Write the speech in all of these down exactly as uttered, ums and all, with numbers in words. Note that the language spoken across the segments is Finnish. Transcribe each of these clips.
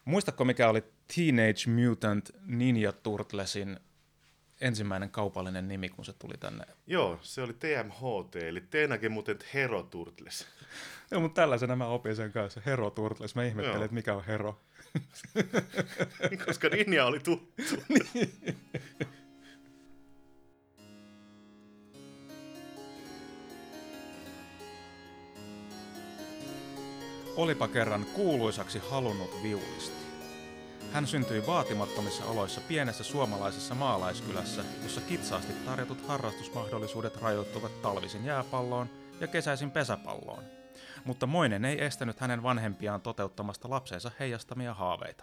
Muistatko, mikä oli Teenage Mutant Ninja Turtlesin ensimmäinen kaupallinen nimi, kun se tuli tänne? Joo, se oli T M H T, eli Teenage Mutant Hero Turtles. Joo, mutta tällaisena mä opin sen kanssa. Hero Turtles. Mä ihmettelin, Joo. että mikä on Hero. Koska Ninja oli tuttu. Olipa kerran kuuluisaksi halunnut viulisti. Hän syntyi vaatimattomissa oloissa pienessä suomalaisessa maalaiskylässä, jossa kitsaasti tarjotut harrastusmahdollisuudet rajoittuvat talvisin jääpalloon ja kesäisin pesäpalloon. Mutta moinen ei estänyt hänen vanhempiaan toteuttamasta lapsensa heijastamia haaveita.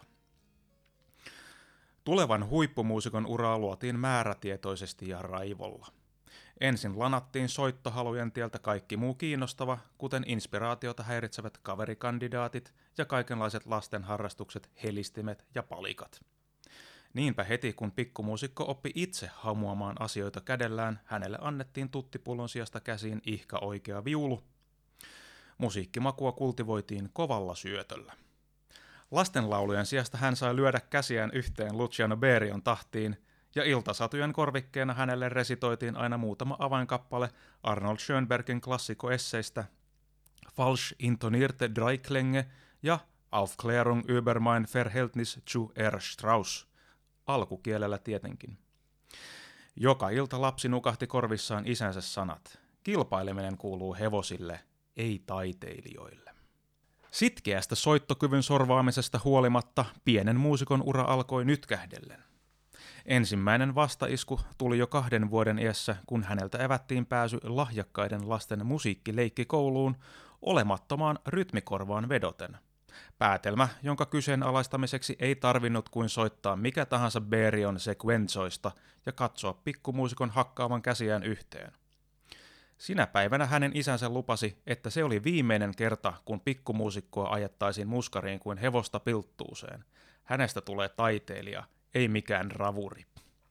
Tulevan huippumuusikon uraa luotiin määrätietoisesti ja raivolla. Ensin lanattiin soittohalujen tieltä kaikki muu kiinnostava, kuten inspiraatiota häiritsevät kaverikandidaatit ja kaikenlaiset lasten harrastukset, helistimet ja palikat. Niinpä heti kun pikkumuusikko oppi itse hamuamaan asioita kädellään, hänelle annettiin tuttipullon sijasta käsiin ihka oikea viulu. Musiikkimakua kultivoitiin kovalla syötöllä. Lastenlaulujen sijasta hän sai lyödä käsiään yhteen Luciano Berion tahtiin, ja iltasatujen korvikkeena hänelle resitoitiin aina muutama avainkappale Arnold Schönbergin klassikkoesseistä Falsch intonierte Dreiklänge ja Aufklärung über mein Verhältnis zu R. Strauss, alkukielellä tietenkin. Joka ilta lapsi nukahti korvissaan isänsä sanat. Kilpaileminen kuuluu hevosille, ei taiteilijoille. Sitkeästä soittokyvyn sorvaamisesta huolimatta pienen muusikon ura alkoi nytkähdellen. Ensimmäinen vastaisku tuli jo kahden vuoden iässä, kun häneltä evättiin pääsy lahjakkaiden lasten musiikkileikkikouluun olemattomaan rytmikorvaan vedoten. Päätelmä, jonka kyseenalaistamiseksi ei tarvinnut kuin soittaa mikä tahansa Berion sequenzoista ja katsoa pikkumuusikon hakkaavan käsiään yhteen. Sinä päivänä hänen isänsä lupasi, että se oli viimeinen kerta, kun pikkumuusikkoa ajettaisiin muskariin kuin hevosta pilttuuseen. Hänestä tulee taiteilija, ei mikään ravuri.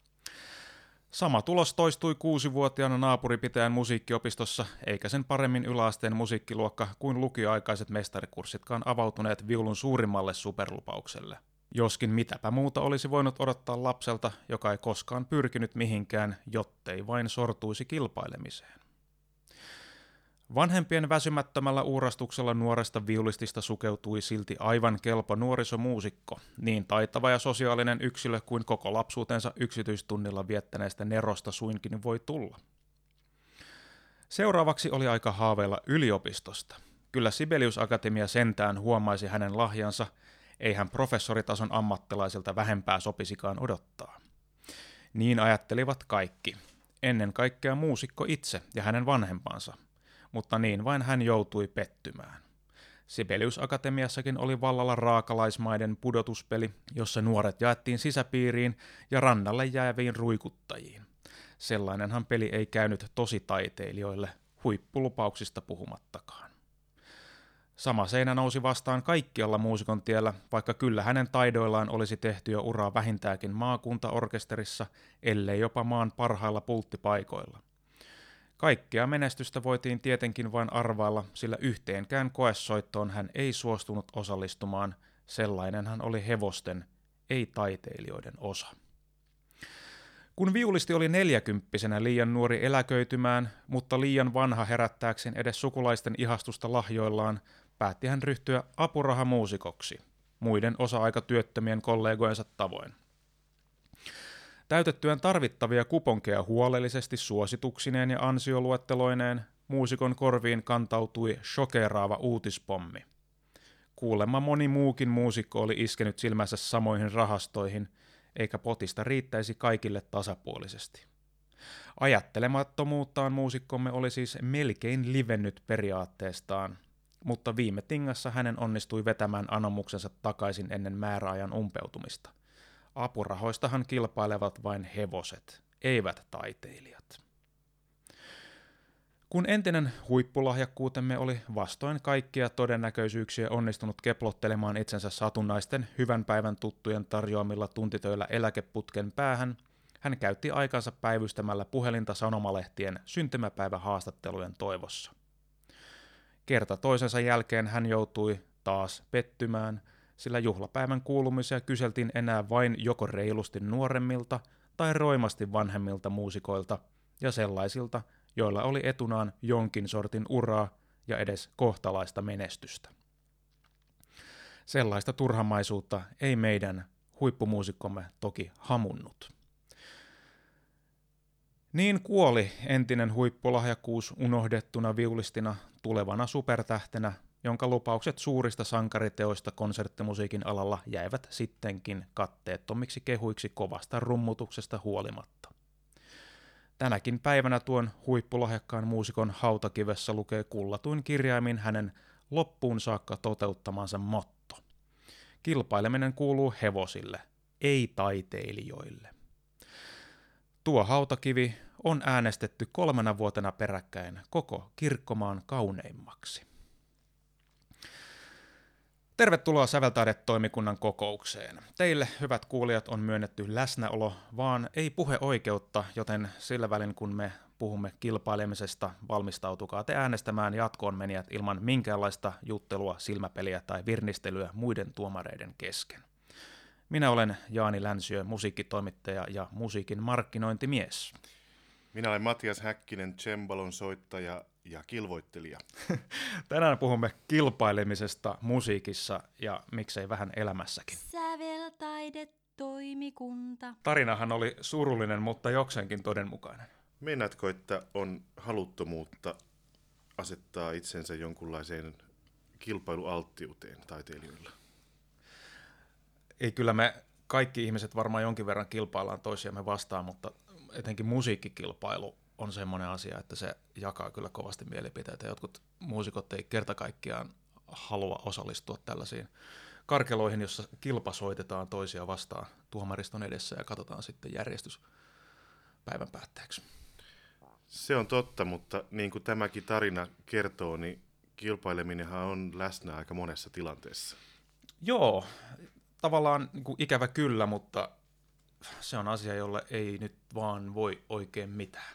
Sama tulos toistui kuusivuotiaana naapuripitäjän musiikkiopistossa, eikä sen paremmin yläasteen musiikkiluokka kuin lukioaikaiset mestarikursitkaan avautuneet viulun suurimmalle superlupaukselle. Joskin mitäpä muuta olisi voinut odottaa lapselta, joka ei koskaan pyrkinyt mihinkään, jottei vain sortuisi kilpailemiseen. Vanhempien väsymättömällä uurastuksella nuoresta viulistista sukeutui silti aivan kelpo nuorisomuusikko, niin taitava ja sosiaalinen yksilö kuin koko lapsuutensa yksityistunnilla viettäneestä nerosta suinkin voi tulla. Seuraavaksi oli aika haaveilla yliopistosta. Kyllä Sibelius Akatemia sentään huomaisi hänen lahjansa, eihän professoritason ammattilaisilta vähempää sopisikaan odottaa. Niin ajattelivat kaikki, ennen kaikkea muusikko itse ja hänen vanhempansa. Mutta niin vain hän joutui pettymään. Sibelius Akatemiassakin oli vallalla raakalaismaiden pudotuspeli, jossa nuoret jaettiin sisäpiiriin ja rannalle jääviin ruikuttajiin. Sellainenhan peli ei käynyt tositaiteilijoille, huippulupauksista puhumattakaan. Sama seinä nousi vastaan kaikkialla muusikon tiellä, vaikka kyllä hänen taidoillaan olisi tehty jo uraa vähintäänkin maakuntaorkesterissa, ellei jopa maan parhailla pulttipaikoilla. Kaikkea menestystä voitiin tietenkin vain arvailla, sillä yhteenkään koesoittoon hän ei suostunut osallistumaan, sellainenhan oli hevosten, ei taiteilijoiden osa. Kun viulisti oli neljäkymppisenä liian nuori eläköitymään, mutta liian vanha herättääkseen edes sukulaisten ihastusta lahjoillaan, päätti hän ryhtyä apurahamuusikoksi, muiden osa-aikatyöttömien kollegojensa tavoin. Täytettyään tarvittavia kuponkeja huolellisesti suosituksineen ja ansioluetteloineen, muusikon korviin kantautui shokeraava uutispommi. Kuulemma moni muukin muusikko oli iskenyt silmänsä samoihin rahastoihin, eikä potista riittäisi kaikille tasapuolisesti. Ajattelemattomuuttaan muusikkomme oli siis melkein livennyt periaatteestaan, mutta viime tingassa hänen onnistui vetämään anomuksensa takaisin ennen määräajan umpeutumista. Apurahoistahan kilpailevat vain hevoset, eivät taiteilijat. Kun entinen huippulahjakkuutemme oli vastoin kaikkia todennäköisyyksiä onnistunut keplottelemaan itsensä satunnaisten hyvän päivän tuttujen tarjoamilla tuntitöillä eläkeputken päähän, hän käytti aikansa päivystämällä puhelinta sanomalehtien syntymäpäivähaastattelujen toivossa. Kerta toisensa jälkeen hän joutui taas pettymään, sillä juhlapäivän kuulumisia kyseltiin enää vain joko reilusti nuoremmilta tai roimasti vanhemmilta muusikoilta ja sellaisilta, joilla oli etunaan jonkin sortin uraa ja edes kohtalaista menestystä. Sellaista turhamaisuutta ei meidän huippumuusikkomme toki hamunnut. Niin kuoli entinen huippulahjakkuus unohdettuna viulistina tulevana supertähtenä, jonka lupaukset suurista sankariteoista konserttimusiikin alalla jäivät sittenkin katteettomiksi kehuiksi kovasta rummutuksesta huolimatta. Tänäkin päivänä tuon huippulahjakkaan muusikon hautakivessä lukee kullatuin kirjaimin hänen loppuun saakka toteuttamansa motto. Kilpaileminen kuuluu hevosille, ei taiteilijoille. Tuo hautakivi on äänestetty kolmena vuotena peräkkäin koko kirkkomaan kauneimmaksi. Tervetuloa Säveltaidetoimikunnan kokoukseen. Teille, hyvät kuulijat, on myönnetty läsnäolo, vaan ei puheoikeutta, joten sillä välin kun me puhumme kilpailemisesta, valmistautukaa te äänestämään jatkoon menijät ilman minkäänlaista juttelua, silmäpeliä tai virnistelyä muiden tuomareiden kesken. Minä olen Jaani Länsiö, musiikkitoimittaja ja musiikin markkinointimies. Minä olen Matias Häkkinen, cembalon soittaja ja kilvoittelija. Tänään puhumme kilpailemisesta musiikissa ja miksei vähän elämässäkin. Säveltaidetoimikunta. Tarinahan oli surullinen, mutta jokseenkin todenmukainen. Mennätkö, että on haluttomuutta asettaa itsensä jonkunlaiseen kilpailualttiuteen taiteilijoilla? Ei, kyllä me kaikki ihmiset varmaan jonkin verran kilpaillaan toisiamme vastaan, mutta etenkin musiikkikilpailu on semmoinen asia, että se jakaa kyllä kovasti mielipiteitä. Jotkut muusikot ei kerta kaikkiaan halua osallistua tällaisiin karkeloihin, jossa kilpasoitetaan toisia vastaan tuomariston edessä ja katsotaan sitten järjestys päivän päätteeksi. Se on totta, mutta niin kuin tämäkin tarina kertoo, niin kilpaileminenhan on läsnä aika monessa tilanteessa. Joo, tavallaan niin kuin ikävä kyllä, mutta se on asia, jolle ei nyt vaan voi oikein mitään.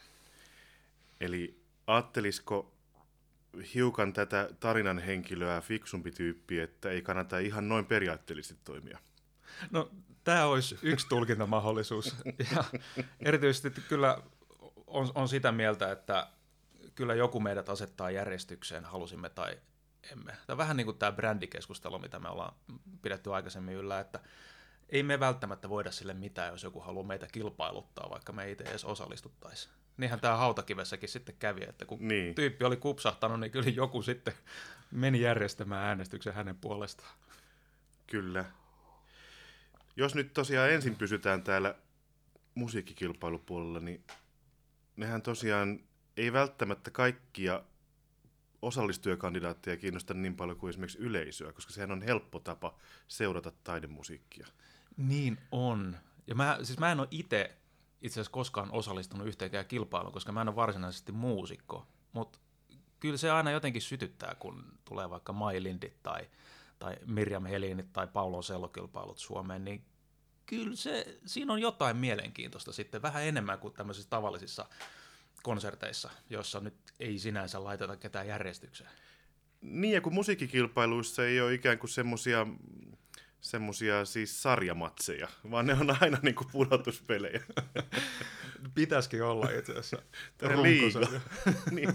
Eli ajattelisiko hiukan tätä tarinan henkilöä fiksumpi tyyppi, että ei kannata ihan noin periaatteellisesti toimia? No, tämä olisi yksi tulkintamahdollisuus. Ja erityisesti kyllä on, on sitä mieltä, että kyllä joku meidät asettaa järjestykseen, halusimme tai emme. Tämä on vähän niin kuin tämä brändikeskustelu, mitä me ollaan pidetty aikaisemmin yllä, että ei me välttämättä voida sille mitään, jos joku haluaa meitä kilpailuttaa, vaikka me ei itse edes osallistuttaisi. Niinhän tämä hautakivessäkin sitten kävi, että kun niin. tyyppi oli kupsahtanut, niin kyllä joku sitten meni järjestämään äänestyksen hänen puolestaan. Kyllä. Jos nyt tosiaan ensin pysytään täällä musiikkikilpailupuolella, niin nehän tosiaan ei välttämättä kaikkia osallistujakandidaatteja kiinnosta niin paljon kuin esimerkiksi yleisöä, koska sehän on helppo tapa seurata taidemusiikkia. Niin on. Ja mä, siis mä en ole itse itse asiassa koskaan osallistunut yhteenkään kilpailuun, koska mä en ole varsinaisesti muusikko, mutta kyllä se aina jotenkin sytyttää, kun tulee vaikka Mai Lindit tai, tai Mirjam Helinit tai Paulon sellokilpailut Suomeen, niin kyllä se, siinä on jotain mielenkiintoista sitten, vähän enemmän kuin tämmöisissä tavallisissa konserteissa, joissa nyt ei sinänsä laiteta ketään järjestykseen. Niin, ja kun musiikkikilpailuissa ei ole ikään kuin semmoisia semmoisia siis sarjamatseja, vaan ne on aina niin kuin pudotuspelejä. Pitäisikin olla itse asiassa. Liiga. Niin.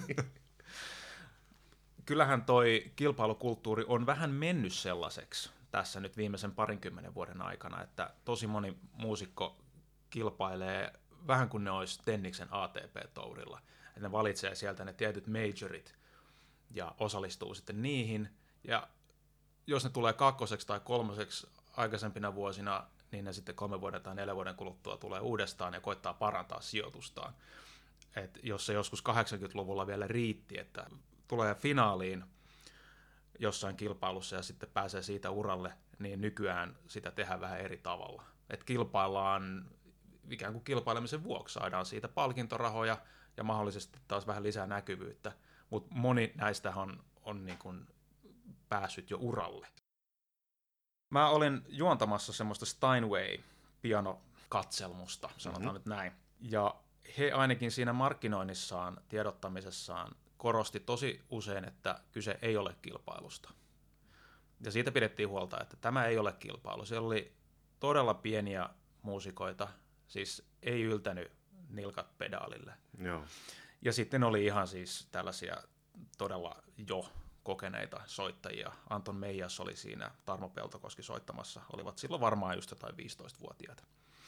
Kyllähän toi kilpailukulttuuri on vähän mennyt sellaiseksi tässä nyt viimeisen parinkymmenen vuoden aikana, että tosi moni muusikko kilpailee vähän kuin ne olisi Tenniksen A T P-tourilla. Että ne valitsee sieltä ne tietyt majorit ja osallistuu sitten niihin. Ja jos ne tulee kakkoseksi tai kolmoseksi aikaisempina vuosina, niin ne sitten kolmen vuoden tai neljän vuoden kuluttua tulee uudestaan ja koittaa parantaa sijoitustaan. Et jos se joskus kahdeksankymmentäluvulla vielä riitti, että tulee finaaliin jossain kilpailussa ja sitten pääsee siitä uralle, niin nykyään sitä tehdään vähän eri tavalla. Et kilpaillaan ikään kuin kilpailemisen vuoksi, saadaan siitä palkintorahoja ja mahdollisesti taas vähän lisää näkyvyyttä, mutta moni näistä on, on niin kuin päässyt jo uralle. Mä olin juontamassa semmoista Steinway-pianokatselmusta, sanotaan mm-hmm. nyt näin. Ja he ainakin siinä markkinoinnissaan, tiedottamisessaan korosti tosi usein, että kyse ei ole kilpailusta. Ja siitä pidettiin huolta, että tämä ei ole kilpailu. Siellä oli todella pieniä muusikoita, siis ei yltänyt nilkat pedaalille. Joo. Ja sitten oli ihan siis tällaisia todella jo kokeneita soittajia. Anton Meijas oli siinä, Tarmo Peltokoski soittamassa. Olivat silloin varmaan just jotain viisitoistavuotiaita.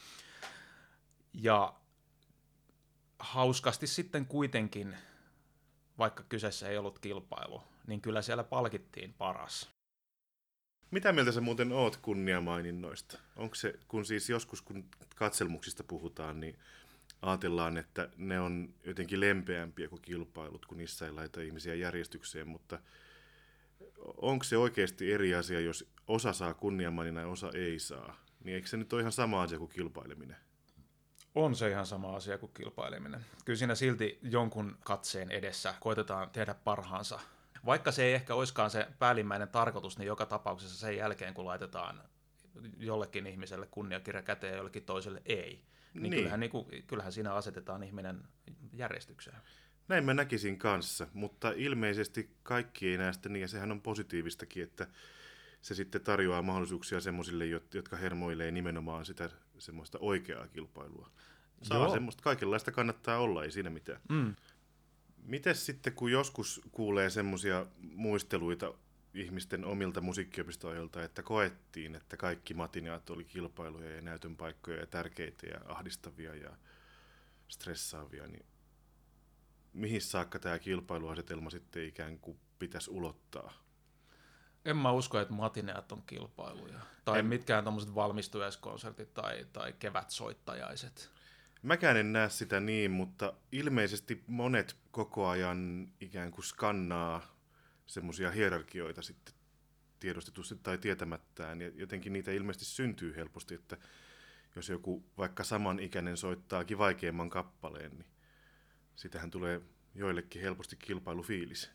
Ja hauskasti sitten kuitenkin, vaikka kyseessä ei ollut kilpailu, niin kyllä siellä palkittiin paras. Mitä mieltä sä muuten oot kunniamaininnoista? Onko se, kun siis joskus kun katselmuksista puhutaan, niin ajatellaan, että ne on jotenkin lempeämpiä kuin kilpailut, kun niissä ei laita ihmisiä järjestykseen, mutta onko se oikeasti eri asia, jos osa saa kunniamaininnan ja osa ei saa? Niin eikö se nyt ole ihan sama asia kuin kilpaileminen? On se ihan sama asia kuin kilpaileminen. Kyllä siinä silti jonkun katseen edessä koitetaan tehdä parhaansa. Vaikka se ei ehkä olisikaan se päällimmäinen tarkoitus, niin joka tapauksessa sen jälkeen, kun laitetaan jollekin ihmiselle kunniakirja käteen ja jollekin toiselle ei, niin, niin. Kyllähän, niin kuin, kyllähän siinä asetetaan ihminen järjestykseen. Näin mä näkisin kanssa, mutta ilmeisesti kaikki ei näe sitä niin, ja sehän on positiivistakin, että se sitten tarjoaa mahdollisuuksia semmoisille, jotka hermoilee nimenomaan sitä semmoista oikeaa kilpailua. Saa Joo. semmoista, kaikenlaista kannattaa olla, ei siinä mitään. Mm. Mites sitten, kun joskus kuulee semmoisia muisteluita ihmisten omilta musiikkiopistoajoilta, että koettiin, että kaikki matineat oli kilpailuja ja näytön paikkoja ja tärkeitä ja ahdistavia ja stressaavia, niin mihin saakka tämä kilpailuasetelma sitten ikään kuin pitäisi ulottaa? En mä usko, että matineat on kilpailuja. Tai en... mitkään tommoset valmistujaiskonsertit tai, tai kevätsoittajaiset. Mäkään en näe sitä niin, mutta ilmeisesti monet koko ajan ikään kuin skannaa semmoisia hierarkioita sitten tiedostetusti tai tietämättään. Ja jotenkin niitä ilmeisesti syntyy helposti, että jos joku vaikka samanikäinen soittaakin vaikeamman kappaleen, niin sitähän tulee joillekin helposti kilpailufiilis.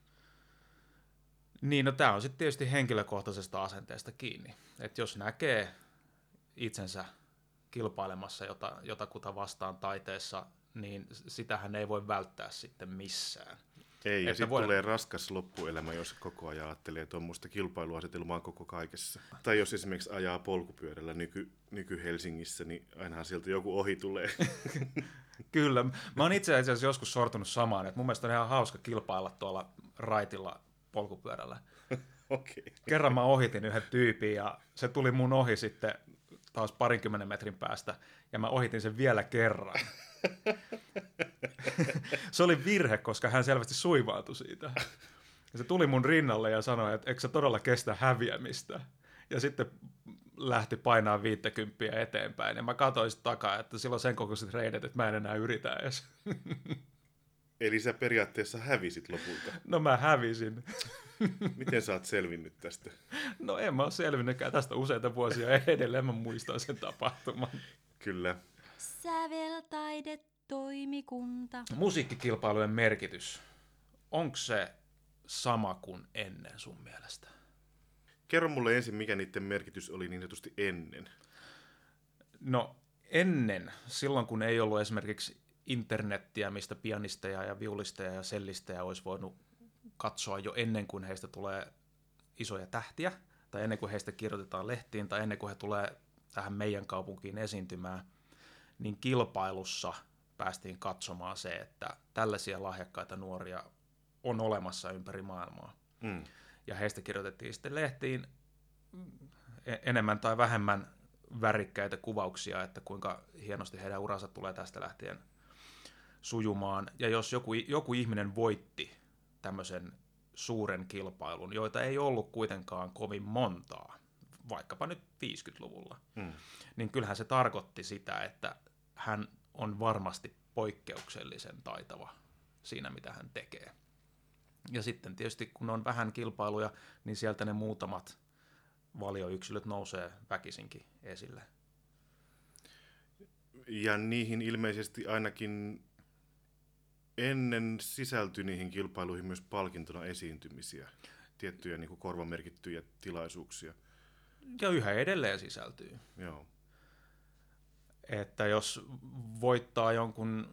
Niin, no tämä on sitten tietysti henkilökohtaisesta asenteesta kiinni. Että jos näkee itsensä kilpailemassa jota, jotakuta vastaan taiteessa, niin sitähän ei voi välttää sitten missään. Ei, ja sitten voi... tulee raskas loppuelämä, jos koko ajan ajattelee tuommoista kilpailuasetelmaa koko kaikessa. Tai jos esimerkiksi ajaa polkupyörällä nyky, nyky-Helsingissä, niin ainahan sieltä joku ohi tulee. Kyllä. Mä oon itse asiassa joskus sortunut samaan, että mun mielestä on ihan hauska kilpailla tuolla raitilla polkupyörällä. Okay. Kerran mä ohitin yhden tyypin ja se tuli mun ohi sitten taas parinkymmenen metrin päästä ja mä ohitin sen vielä kerran. Se oli virhe, koska hän selvästi suivaantui siitä. Ja se tuli mun rinnalle ja sanoi, että eikö sä todella kestä häviämistä. Ja sitten lähti painaa viittäkymppiä eteenpäin. Ja mä katsoin sitten takaa, että silloin sen kokoiset reidet, että mä en enää yritä edes. Eli sä periaatteessa hävisit lopulta. No mä hävisin. Miten sä oot selvinnyt tästä? No en mä ole selvinnytkään tästä useita vuosia edelleen. Mä muistan sen tapahtuman. Kyllä. Säveltaidetoimikunta. Musiikkikilpailujen merkitys. Onko se sama kuin ennen sun mielestä? Kerro mulle ensin, mikä niiden merkitys oli niin sanotusti ennen. No ennen, silloin kun ei ollut esimerkiksi internettiä, mistä pianisteja ja viulisteja ja sellisteja olisi voinut katsoa jo ennen kuin heistä tulee isoja tähtiä, tai ennen kuin heistä kirjoitetaan lehtiin, tai ennen kuin he tulee tähän meidän kaupunkiin esiintymään, niin kilpailussa päästiin katsomaan se, että tällaisia lahjakkaita nuoria on olemassa ympäri maailmaa. Mm. Ja heistä kirjoitettiin sitten lehtiin enemmän tai vähemmän värikkäitä kuvauksia, että kuinka hienosti heidän uransa tulee tästä lähtien sujumaan. Ja jos joku, joku ihminen voitti tämmöisen suuren kilpailun, joita ei ollut kuitenkaan kovin montaa, vaikkapa nyt viisikymmentäluvulla, mm. niin kyllähän se tarkoitti sitä, että hän on varmasti poikkeuksellisen taitava siinä, mitä hän tekee. Ja sitten tietysti, kun on vähän kilpailuja, niin sieltä ne muutamat valioyksilöt nousee väkisinkin esille. Ja niihin ilmeisesti ainakin ennen sisältyi niihin kilpailuihin myös palkintona esiintymisiä, tiettyjä niin kuin korvamerkittyjä tilaisuuksia. Ja yhä edelleen sisältyy. Joo. Että jos voittaa jonkun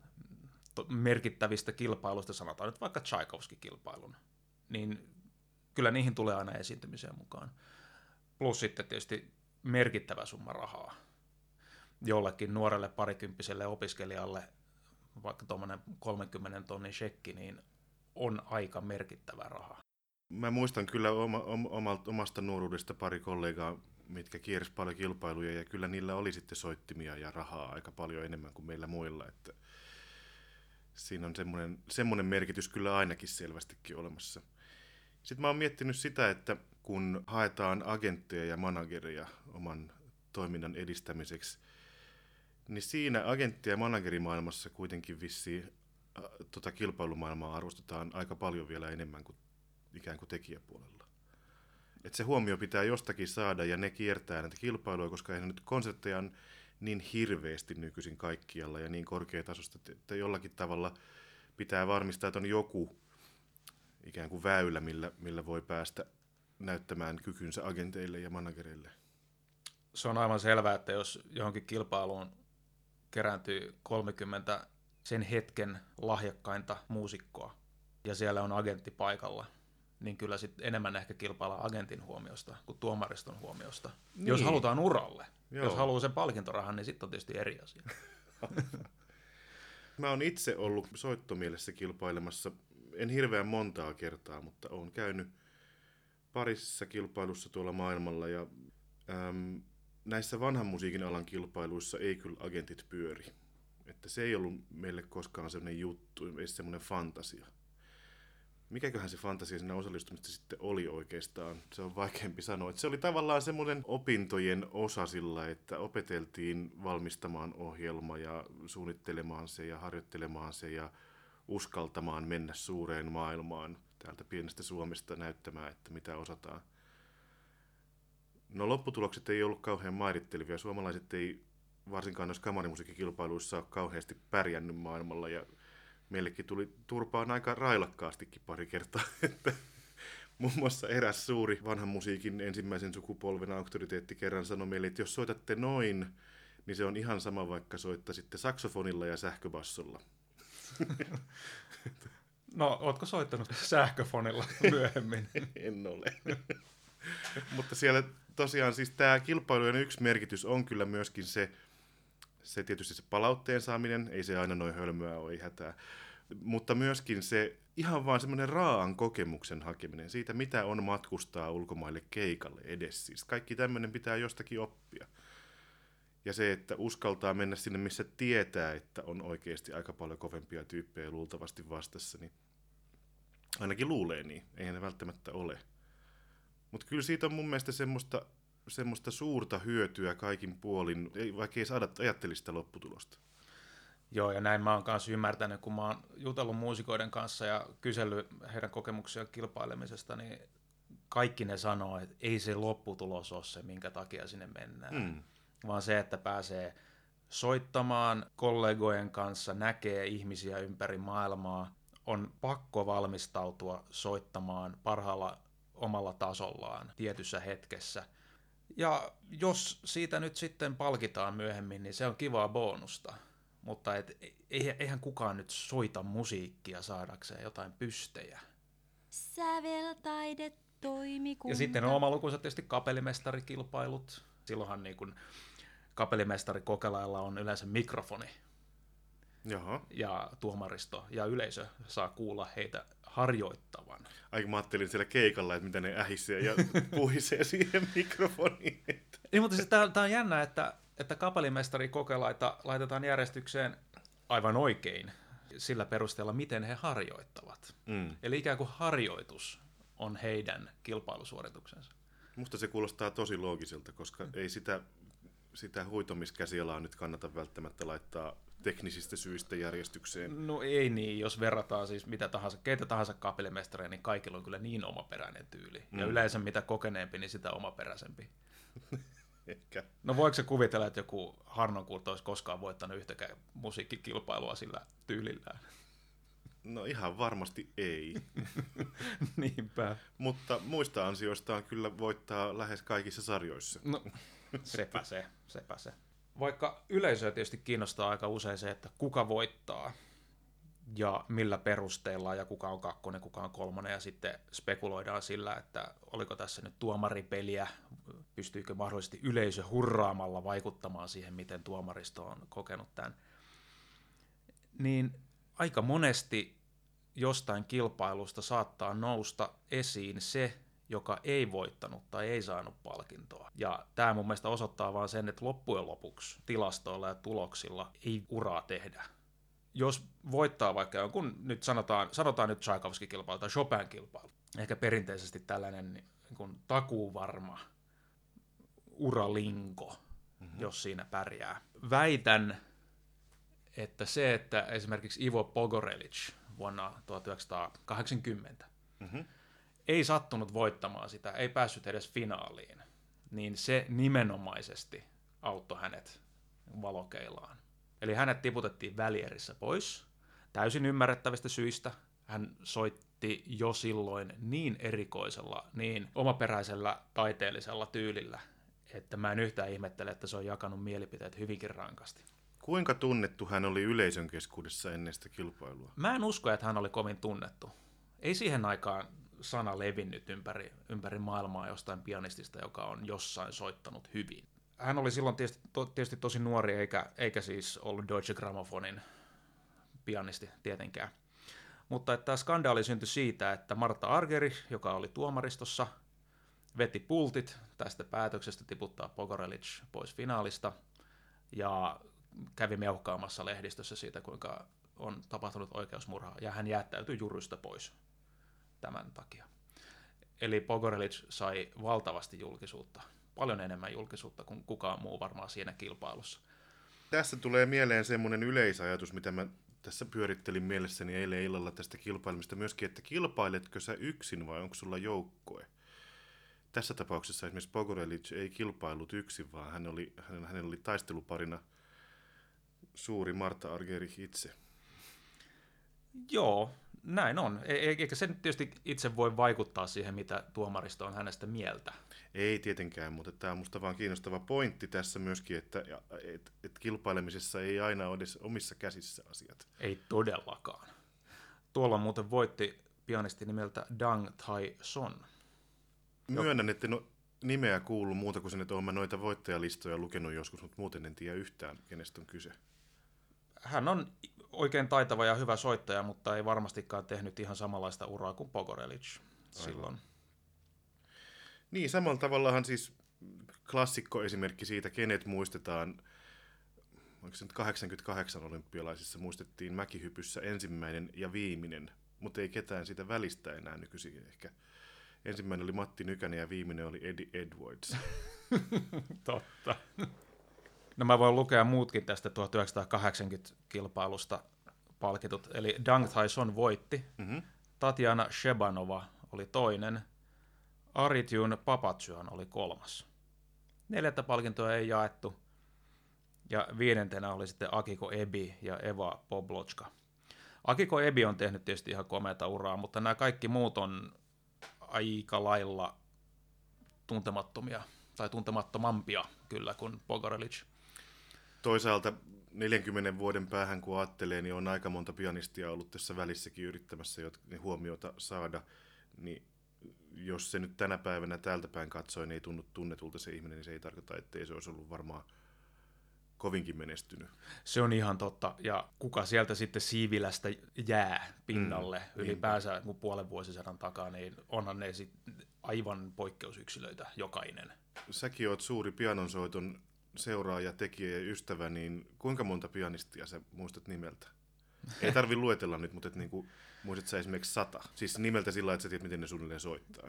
merkittävistä kilpailuista, sanotaan nyt vaikka Tchaikovsky-kilpailun, niin kyllä niihin tulee aina esiintymiseen mukaan. Plus sitten tietysti merkittävä summa rahaa. Jollekin nuorelle parikymppiselle opiskelijalle vaikka tuommoinen kolmenkymmenen tonnin shekki, niin on aika merkittävä raha. Mä muistan kyllä oma, oma, omasta nuoruudesta pari kollegaa, mitkä kiersi paljon kilpailuja, ja kyllä niillä oli sitten soittimia ja rahaa aika paljon enemmän kuin meillä muilla. Että siinä on semmoinen, semmoinen merkitys kyllä ainakin selvästikin olemassa. Sitten mä oon miettinyt sitä, että kun haetaan agentteja ja managereja oman toiminnan edistämiseksi, niin siinä agentti- ja managerimaailmassa kuitenkin vissiin äh, tota kilpailumaailmaa arvostetaan aika paljon vielä enemmän kuin ikään kuin tekijäpuolella. Et se huomio pitää jostakin saada, ja ne kiertää näitä kilpailuja, koska eihän nyt konsertteja on niin hirveästi nykyisin kaikkialla ja niin korkeatasosta, että jollakin tavalla pitää varmistaa, että on joku ikään kuin väylä, millä, millä voi päästä näyttämään kykynsä agenteille ja managereille. Se on aivan selvää, että jos johonkin kilpailuun kerääntyy kolmekymmentä sen hetken lahjakkainta muusikkoa ja siellä on agentti paikalla, niin kyllä sitten enemmän ehkä kilpaillaan agentin huomiosta kuin tuomariston huomiosta. Niin. Jos halutaan uralle, Joo. jos haluaa sen palkintorahan, niin sitten on tietysti eri asia. Mä oon itse ollut soittomielessä kilpailemassa, en hirveän montaa kertaa, mutta oon käynyt parissa kilpailussa tuolla maailmalla, ja äm, näissä vanhan musiikin alan kilpailuissa ei kyllä agentit pyöri. Että se ei ollut meille koskaan sellainen juttu, ei semmoinen fantasia. Mikäköhän se fantasia siinä osallistumista sitten oli oikeastaan? Se on vaikeampi sanoa. Että se oli tavallaan semmoinen opintojen osa sillä, että opeteltiin valmistamaan ohjelma ja suunnittelemaan se ja harjoittelemaan se ja uskaltamaan mennä suureen maailmaan täältä pienestä Suomesta näyttämään, että mitä osataan. No lopputulokset ei ollut kauhean mairittelevia. Suomalaiset ei varsinkaan noissa kamarimusiikkikilpailuissa ole kauheasti pärjännyt maailmalla, ja meillekin tuli turpaan aika railakkaastikin pari kertaa. Että muun muassa eräs suuri vanhan musiikin ensimmäisen sukupolven auktoriteetti kerran sanoi meille, että jos soitatte noin, niin se on ihan sama, vaikka soittaisitte saksofonilla ja sähköbassolla. No, ootko soittanut sähköfonilla myöhemmin? En ole. Mutta siellä tosiaan siis tämä kilpailujen yksi merkitys on kyllä myöskin se, se tietysti se palautteen saaminen, ei se aina noin hölmöä ole, ei hätää, mutta myöskin se ihan vaan semmoinen raaan kokemuksen hakeminen siitä, mitä on matkustaa ulkomaille keikalle edes. Siis kaikki tämmöinen pitää jostakin oppia. Ja se, että uskaltaa mennä sinne, missä tietää, että on oikeasti aika paljon kovempia tyyppejä luultavasti vastassa, niin ainakin luulee niin, eihän ne välttämättä ole. Mutta kyllä siitä on mun mielestä semmoista, semmoista suurta hyötyä kaikin puolin, vaikka ei saada ajattelisi sitä lopputulosta. Joo, ja näin mä oon kanssa ymmärtänyt, kun mä oon jutellut muusikoiden kanssa ja kysellyt heidän kokemuksia kilpailemisesta, niin kaikki ne sanoo, että ei se lopputulos ole se, minkä takia sinne mennään. Mm. Vaan se, että pääsee soittamaan kollegojen kanssa, näkee ihmisiä ympäri maailmaa, on pakko valmistautua soittamaan parhaalla omalla tasollaan tietyssä hetkessä. Ja jos siitä nyt sitten palkitaan myöhemmin, niin se on kivaa bonusta. Mutta et, eihän kukaan nyt soita musiikkia saadakseen jotain pystejä. Säveltaidetoimikunta. Ja sitten on omalukuiset tietysti kapellimestarikilpailut. Silloinhan niin kun kapellimestarikokelailla on yleensä mikrofoni. Jaha. Ja tuomaristo ja yleisö saa kuulla heitä harjoittavan. Ai mä ajattelin siellä keikalla, että mitä ne ähisee ja puhisee siihen mikrofoniin. Niin, mutta siis tää, tää on jännä, että, että kapellimestarikokelaita laitetaan järjestykseen aivan oikein sillä perusteella, miten he harjoittavat. Mm. Eli ikään kuin harjoitus on heidän kilpailusuorituksensa. Musta se kuulostaa tosi loogiselta, koska mm. ei sitä, sitä huitomiskäsialaa nyt kannata välttämättä laittaa teknisistä syistä järjestykseen. No ei niin, jos verrataan siis mitä tahansa, keitä tahansa kapellimestareja, niin kaikilla on kyllä niin omaperäinen tyyli. Mm. Ja yleensä mitä kokeneempi, niin sitä omaperäisempi. Ehkä. No voiko se kuvitella, että joku Harnoncourt olisi koskaan voittanut yhtäkään musiikkikilpailua sillä tyylillään? No ihan varmasti ei. Niinpä. Mutta muista ansioistaan kyllä voittaa lähes kaikissa sarjoissa. No sepä se, sepä se. Vaikka yleisöä tietysti kiinnostaa aika usein se, että kuka voittaa, ja millä perusteella ja kuka on kakkonen, kuka on kolmonen, ja sitten spekuloidaan sillä, että oliko tässä nyt tuomaripeliä, pystyykö mahdollisesti yleisö hurraamalla vaikuttamaan siihen, miten tuomaristo on kokenut tämän. Niin aika monesti jostain kilpailusta saattaa nousta esiin se, joka ei voittanut tai ei saanut palkintoa. Ja tämä mun mielestä osoittaa vaan sen, että loppujen lopuksi tilastoilla ja tuloksilla ei uraa tehdä. Jos voittaa vaikka jonkun, nyt sanotaan, sanotaan nyt Tchaikovsky-kilpailu tai Chopin-kilpailu, ehkä perinteisesti tällainen niin kuin takuuvarma uralinko, mm-hmm. jos siinä pärjää. Väitän, että se, että esimerkiksi Ivo Pogorelic vuonna tuhatyhdeksänsataakahdeksankymmentä mm-hmm. ei sattunut voittamaan sitä, ei päässyt edes finaaliin, niin se nimenomaisesti auttoi hänet valokeilaan. Eli hänet tiputettiin välierissä pois, täysin ymmärrettävistä syistä. Hän soitti jo silloin niin erikoisella, niin omaperäisellä taiteellisella tyylillä, että mä en yhtään ihmettele, että se on jakanut mielipiteet hyvinkin rankasti. Kuinka tunnettu hän oli yleisön keskuudessa ennen sitä kilpailua? Mä en usko, että hän oli kovin tunnettu. Ei siihen aikaan sana levinnyt ympäri, ympäri maailmaa jostain pianistista, joka on jossain soittanut hyvin. Hän oli silloin tietysti, to, tietysti tosi nuori, eikä, eikä siis ollut Deutsche Grammofonin pianisti tietenkään. Mutta että tämä skandaali syntyi siitä, että Marta Argerich, joka oli tuomaristossa, veti pultit tästä päätöksestä tiputtaa Pogorelic pois finaalista ja kävi meuhkaamassa lehdistössä siitä, kuinka on tapahtunut oikeusmurha, ja hän jättäytyi jurysta pois tämän takia. Eli Pogorelic sai valtavasti julkisuutta, paljon enemmän julkisuutta kuin kukaan muu varmaan siinä kilpailussa. Tässä tulee mieleen semmoinen yleisajatus, mitä mä tässä pyörittelin mielessäni eilen illalla tästä kilpailemista myöskin, että kilpailetko sä yksin vai onko sulla joukkue? Tässä tapauksessa esimerkiksi Pogorelic ei kilpailut yksin, vaan hän oli, hänellä oli taisteluparina suuri Marta Argerich itse. Joo, näin on. E- eikä se nyt tietysti itse voi vaikuttaa siihen, mitä tuomaristo on hänestä mieltä. Ei tietenkään, mutta tämä on musta vaan kiinnostava pointti tässä myöskin, että et, et kilpailemisessa ei aina ole edes omissa käsissä asiat. Ei todellakaan. Tuolla muuten voitti pianisti nimeltä Dang Thai Son. Myönnän, että no, nimeä kuuluu muuta kuin sen, että olen noita voittajalistoja lukenut joskus, mutta muuten en tiedä yhtään, kenestä on kyse. Hän on oikein taitava ja hyvä soittaja, mutta ei varmastikaan tehnyt ihan samanlaista uraa kuin Pogorelic silloin. Niin, samalla tavallahan siis klassikko esimerkki siitä, kenet muistetaan, onko se nyt kahdeksankymmentäkahdeksan olympialaisissa muistettiin mäkihypyssä ensimmäinen ja viimeinen, mutta ei ketään siitä välistä enää nykyisin ehkä. Ensimmäinen oli Matti Nykänen ja viimeinen oli Eddie Edwards. Totta. No mä voin lukea muutkin tästä tuhatyhdeksänsataakahdeksankymmentä-kilpailusta palkitut. Eli Dang Thai Son voitti, mm-hmm. Tatjana Shebanova oli toinen, Aritjun Papatsuan oli kolmas. Neljättä palkintoa ei jaettu, ja viidentenä oli sitten Akiko Ebi ja Eva Poblotska. Akiko Ebi on tehnyt tietysti ihan komeata uraa, mutta nämä kaikki muut on aika lailla tuntemattomia, tai tuntemattomampia kyllä kuin Pogorelic. Toisaalta neljänkymmenen vuoden päähän, kun ajattelee, niin on aika monta pianistia ollut tässä välissäkin yrittämässä huomiota saada, niin jos se nyt tänä päivänä täältä päin katsoen ei tunnu tunnetulta se ihminen, niin se ei tarkoita, ettei se olisi ollut varmaan kovinkin menestynyt. Se on ihan totta, ja kuka sieltä sitten Siivilästä jää pinnalle mm, ylipäänsä niin. puolen vuosisadan takaa, niin onhan ne sit aivan poikkeusyksilöitä jokainen. Säkin oot suuri pianonsoiton seuraaja, tekijä ja ystävä, niin kuinka monta pianistia sä muistat nimeltä? Ei tarvi luetella nyt, mutta et niinku, muistat sä esimerkiksi sata? Siis nimeltä sillä lailla, että sä tiedät, miten ne suunnilleen soittaa.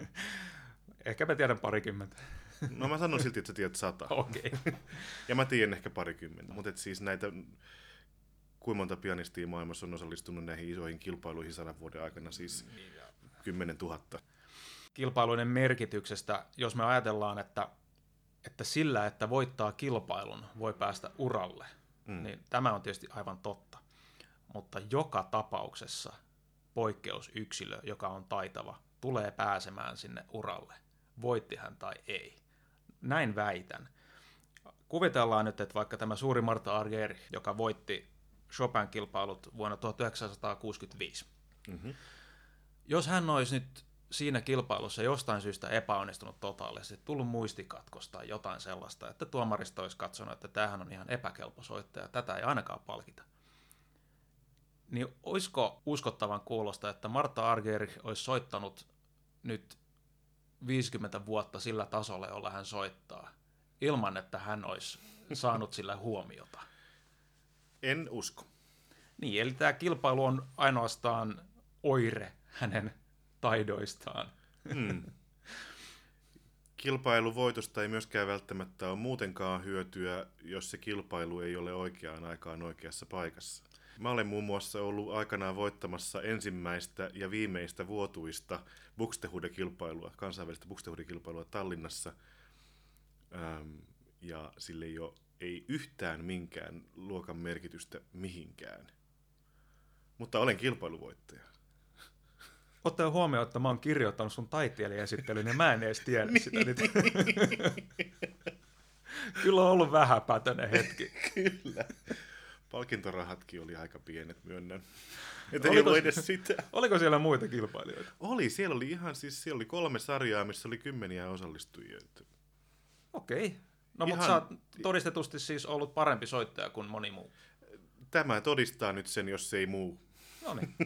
Ehkä mä tiedän parikymmentä. No mä sanon silti, että sä tiedät sata. Okei. Okay. Ja mä tiedän ehkä parikymmentä, mutta et siis näitä, kuinka monta pianistia maailmassa on osallistunut näihin isoihin kilpailuihin sadan vuoden aikana, siis kymmenen tuhatta. Kilpailuiden merkityksestä, jos me ajatellaan, että, että sillä, että voittaa kilpailun, voi päästä uralle, mm. niin tämä on tietysti aivan totta. Mutta joka tapauksessa poikkeusyksilö, joka on taitava, tulee pääsemään sinne uralle, voitti hän tai ei. Näin väitän. Kuvitellaan nyt, että vaikka tämä suuri Marta Argerich, joka voitti Chopin-kilpailut vuonna tuhatyhdeksänsataakuusikymmentäviisi. Mm-hmm. Jos hän olisi nyt siinä kilpailussa jostain syystä epäonnistunut totaalisesti, tullut muistikatkosta tai jotain sellaista, että tuomaristo olisi katsonut, että tämähän on ihan epäkelpo soittaja, tätä ei ainakaan palkita, niin olisiko uskottavan kuulosta, että Martha Argerich olisi soittanut nyt viisikymmentä vuotta sillä tasolla, jolla hän soittaa, ilman että hän olisi saanut sillä huomiota? En usko. Niin, eli tämä kilpailu on ainoastaan oire hänen taidoistaan. Hmm. Kilpailuvoitosta ei myöskään välttämättä ole muutenkaan hyötyä, jos se kilpailu ei ole oikeaan aikaan oikeassa paikassa. Mä olen muun muassa ollut aikanaan voittamassa ensimmäistä ja viimeistä vuotuista Buxtehude-kilpailua, kansainvälistä Buxtehude-kilpailua Tallinnassa, ähm, ja sille ei ole ei yhtään minkään luokan merkitystä mihinkään. Mutta olen kilpailuvoittaja. Ottaen huomioon, että mä oon kirjoittanut sun taiteilijaesittelyn ja mä en edes tiedä sitä. Nyt. Kyllä on ollut vähäpätöinen hetki. Kyllä. Palkintorahatkin oli aika pienet, myönnän. Että ei Oliko, ollut edes sitä. Oliko siellä muita kilpailijoita? Oli, siellä oli ihan siis, siellä oli kolme sarjaa, missä oli kymmeniä osallistujia. Okei. No Ihan... mutta sä oot todistetusti siis ollut parempi soittaja kuin moni muu. Tämä todistaa nyt sen, jos ei muu. No niin.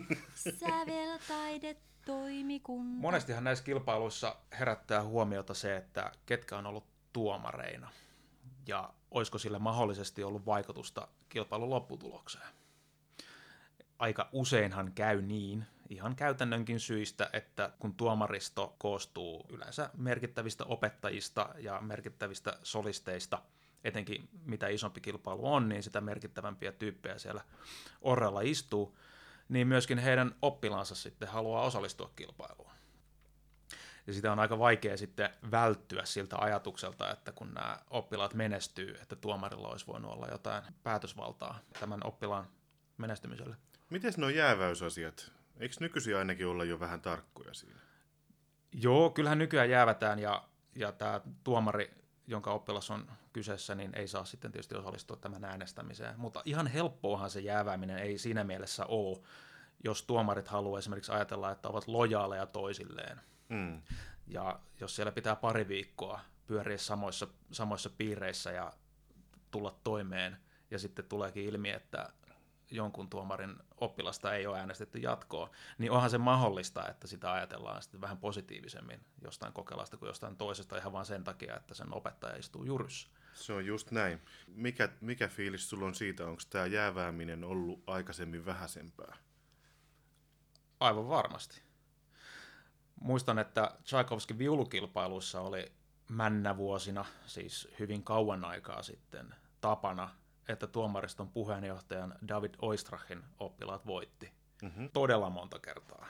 Säveltaidetoimikunta. Monestihan näissä kilpailuissa herättää huomiota se, että ketkä on ollut tuomareina. Ja olisiko sillä mahdollisesti ollut vaikutusta kilpailun lopputulokseen. Aika useinhan käy niin, ihan käytännönkin syistä, että kun tuomaristo koostuu yleensä merkittävistä opettajista ja merkittävistä solisteista, etenkin mitä isompi kilpailu on, niin sitä merkittävämpiä tyyppejä siellä orrella istuu, niin myöskin heidän oppilaansa sitten haluaa osallistua kilpailuun. Ja sitä on aika vaikea sitten välttyä siltä ajatukselta, että kun nämä oppilaat menestyy, että tuomarilla olisi voinut olla jotain päätösvaltaa tämän oppilaan menestymiselle. Miten nuo jääväysasiat? Eikö nykyisin ainakin olla jo vähän tarkkoja siinä? Joo, kyllähän nykyään jäävätään ja, ja tämä tuomari, jonka oppilas on kyseessä, niin ei saa sitten tietysti osallistua tämän äänestämiseen. Mutta ihan helppoahan se jäävääminen ei siinä mielessä ole, jos tuomarit haluaa esimerkiksi ajatella, että ovat lojaaleja toisilleen. Mm. Ja jos siellä pitää pari viikkoa pyöriä samoissa, samoissa piireissä ja tulla toimeen, ja sitten tuleekin ilmi, että jonkun tuomarin oppilasta ei ole äänestetty jatkoon, niin onhan se mahdollista, että sitä ajatellaan sitten vähän positiivisemmin jostain kokeilasta kuin jostain toisesta, ihan vaan sen takia, että sen opettaja istuu juryssä. Se on just näin. Mikä, mikä fiilis sulla on siitä, onko tämä jäävääminen ollut aikaisemmin vähäisempää? Aivan varmasti. Muistan, että Tchaikovskin viulukilpailuissa oli männävuosina, siis hyvin kauan aikaa sitten, tapana, että tuomariston puheenjohtajan David Oistrachin oppilaat voitti. Mm-hmm. Todella monta kertaa.